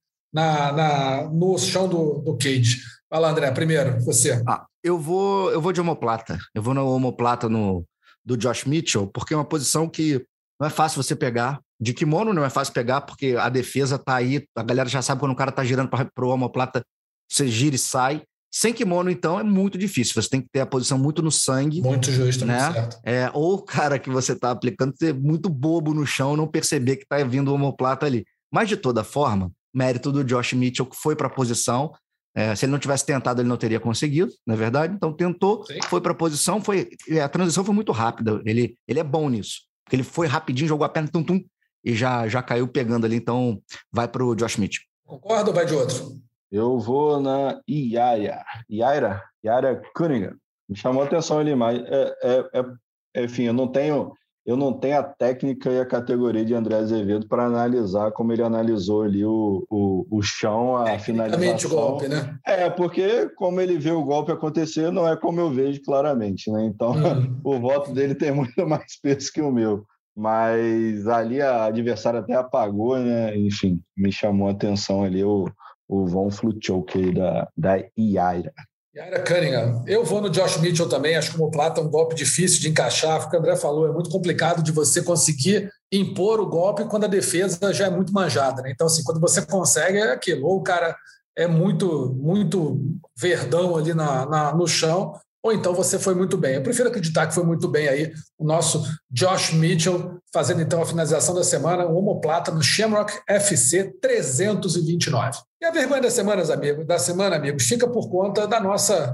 no chão do cage. Vai lá, André, primeiro, você. Eu vou de omoplata. Eu vou na omoplata do Josh Mitchell, porque é uma posição que não é fácil você pegar. De kimono não é fácil pegar, porque a defesa tá aí, a galera já sabe quando o cara tá girando para o omoplata, você gira e sai. Sem kimono, então, é muito difícil. Você tem que ter a posição muito no sangue. Muito justo, né? Muito certo. Ou o cara que você tá aplicando ser muito bobo no chão, não perceber que tá vindo o omoplata ali. Mas, de toda forma, mérito do Josh Mitchell, que foi para a posição. Se ele não tivesse tentado, ele não teria conseguido, não é verdade? Então, tentou, Sim. Foi para a posição, a transição foi muito rápida. Ele é bom nisso. Porque ele foi rapidinho, jogou a perna, tum-tum, e já caiu pegando ali. Então, vai para o Josh Mitchell. Concorda ou vai de outro? Eu vou na Yaira Cunningham. Me chamou a atenção ali mais. Enfim, eu não tenho a técnica e a categoria de André Azevedo para analisar como ele analisou ali o chão, a finalização. O golpe, né? Porque como ele vê o golpe acontecer, não é como eu vejo claramente, né? Então, o voto dele tem muito mais peso que o meu. Mas ali a adversária até apagou, né? Enfim, me chamou a atenção ali o Von Flue Choke da Yaira. Yaira Cunningham. Eu vou no Josh Mitchell também. Acho que o omoplata é um golpe difícil de encaixar. O que o André falou, é muito complicado de você conseguir impor o golpe quando a defesa já é muito manjada, né? Então, assim, quando você consegue, é aquilo. Ou o cara é muito, muito verdão ali no chão, ou então você foi muito bem. Eu prefiro acreditar que foi muito bem aí o nosso Josh Mitchell, fazendo então a finalização da semana, o omoplata no Shamrock FC 329. E a vergonha da semana, amigos, fica por conta da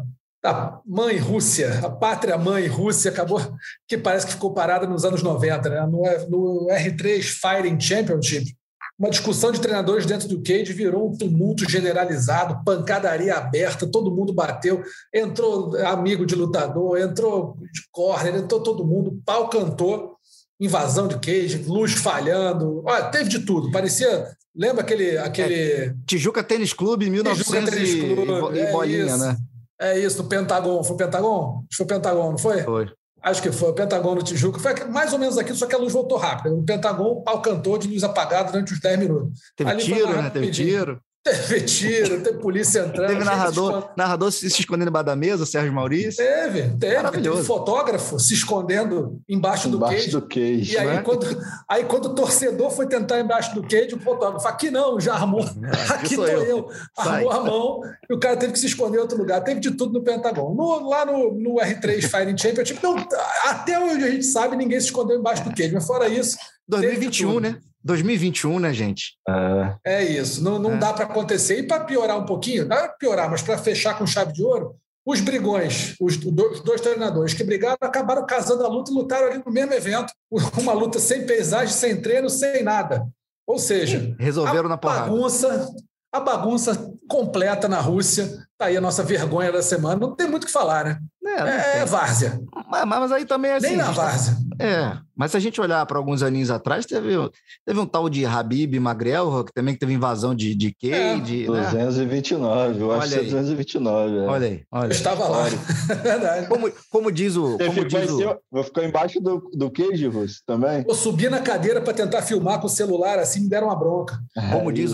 mãe Rússia, a pátria mãe Rússia, que parece que ficou parada nos anos 90, né? No R3 Fighting Championship. Uma discussão de treinadores dentro do cage virou um tumulto generalizado, pancadaria aberta, todo mundo bateu, entrou amigo de lutador, entrou de corner, entrou todo mundo, pau cantou, invasão de cage, luz falhando, olha, teve de tudo, parecia... Lembra aquele... Tijuca Tênis Clube, 1900 e bolinha, isso, né? É isso, no Pentagon. Foi o Pentagon? Acho que foi o Pentagon, não foi? Foi. Acho que foi o Pentagon no Tijuca. Foi mais ou menos aquilo, só que a luz voltou rápido. No Pentagon, o pau cantou de luz apagada durante os 10 minutos. Teve tiro, né? Teve tiro. Teve tiro, teve polícia entrando. Teve narrador se escondendo embaixo da mesa, Sérgio Maurício. Teve fotógrafo se escondendo embaixo do cage. E aí, quando o torcedor foi tentar embaixo do cage, o fotógrafo, aqui não, já armou. Aqui estou eu. Armou a mão e o cara teve que se esconder em outro lugar. Teve de tudo no Pentagon. Lá no R3 Fighting Championship, até onde a gente sabe, ninguém se escondeu embaixo do cage. Mas fora isso... 2021, né? 2021, né, gente? É isso. Não dá para acontecer. E para piorar um pouquinho, não é piorar, mas para fechar com chave de ouro, os brigões, os dois treinadores que brigaram, acabaram casando a luta e lutaram ali no mesmo evento. Uma luta sem paisagem, sem treino, sem nada. Ou seja... Resolveram na porrada. A bagunça completa na Rússia. Tá aí a nossa vergonha da semana. Não tem muito o que falar, né? É várzea. Mas aí também é assim... Nem na várzea. Mas se a gente olhar para alguns aninhos atrás, teve um tal de Khabib Magrel, que também teve invasão de Cage. 229, né? Eu acho que é 229. Olha aí. Eu estava lá. Verdade. Como diz o... Vou ficar embaixo do Cage, Russo, também? Eu subi na cadeira para tentar filmar com o celular, assim, me deram uma bronca. Como diz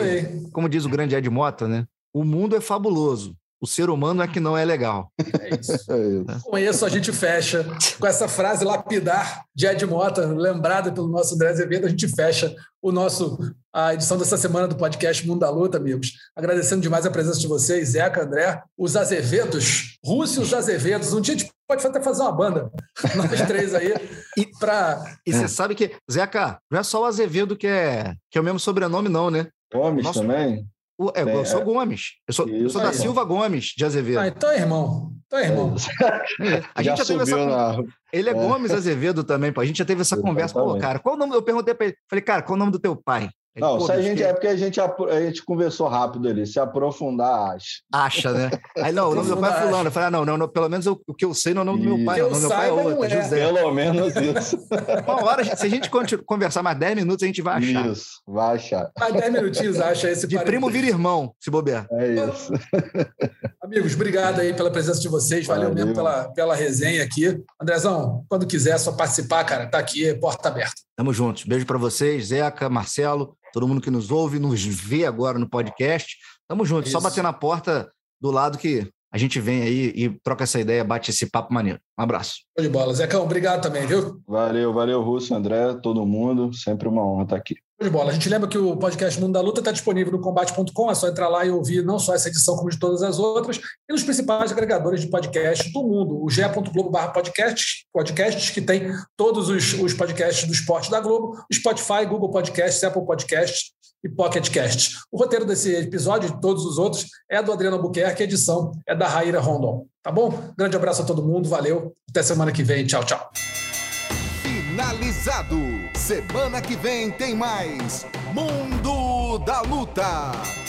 o grande Ed Mota, né? O mundo é fabuloso. O ser humano é que não é legal. É isso. Com isso, a gente fecha com essa frase lapidar de Ed Mota, lembrada pelo nosso André Azevedo, a gente fecha a edição dessa semana do podcast Mundo da Luta, amigos. Agradecendo demais a presença de vocês, Zeca, André, os Azevedos, Rússio e os Azevedos. Um dia a gente pode até fazer uma banda, nós três aí. E você sabe que, Zeca, não é só o Azevedo que é o mesmo sobrenome, não, né? Gomes também? Eu sou Gomes. Eu sou da Silva Gomes de Azevedo. Então é irmão. A gente já teve Ele é Gomes Azevedo também, pô. A gente já teve essa conversa. Pô, cara, qual o nome? Eu perguntei pra ele. Falei, cara, qual o nome do teu pai? Ele, não, é porque a gente conversou rápido ali. Se aprofundar, acha, né? Aí, não, o nome do meu pai é fulano. Eu falei, não, pelo menos o que eu sei não é o nome do meu pai. O nome do meu pai é outro, José. Pelo menos isso. Uma hora, se a gente conversar mais 10 minutos, a gente vai achar. Isso, vai achar. Mais 10 minutinhos acha esse De primo vira irmão, se bobear. É isso. Amigos, obrigado aí pela presença de vocês. Valeu mesmo pela resenha aqui. Andrezão, quando quiser, só participar, cara, tá aqui, porta aberta. Tamo juntos. Beijo pra vocês, Zeca, Marcelo, todo mundo que nos ouve, nos vê agora no podcast. Tamo junto. Isso. Só bater na porta do lado que a gente vem aí e troca essa ideia, bate esse papo maneiro. Um abraço. Show de bola. Zecão, obrigado também, viu? Valeu, Russo, André, todo mundo. Sempre uma honra estar aqui. Show de bola. A gente lembra que o podcast Mundo da Luta está disponível no combate.com, é só entrar lá e ouvir não só essa edição, como de todas as outras, e nos principais agregadores de podcast do mundo. O ge.globo/podcasts, que tem todos os podcasts do esporte da Globo, Spotify, Google Podcasts, Apple Podcasts e Pocket Cast. O roteiro desse episódio e de todos os outros é do Adriano Albuquerque, a edição é da Raíra Rondon. Tá bom? Grande abraço a todo mundo, valeu. Até semana que vem. Tchau, tchau. Finalizado. Semana que vem tem mais Mundo da Luta.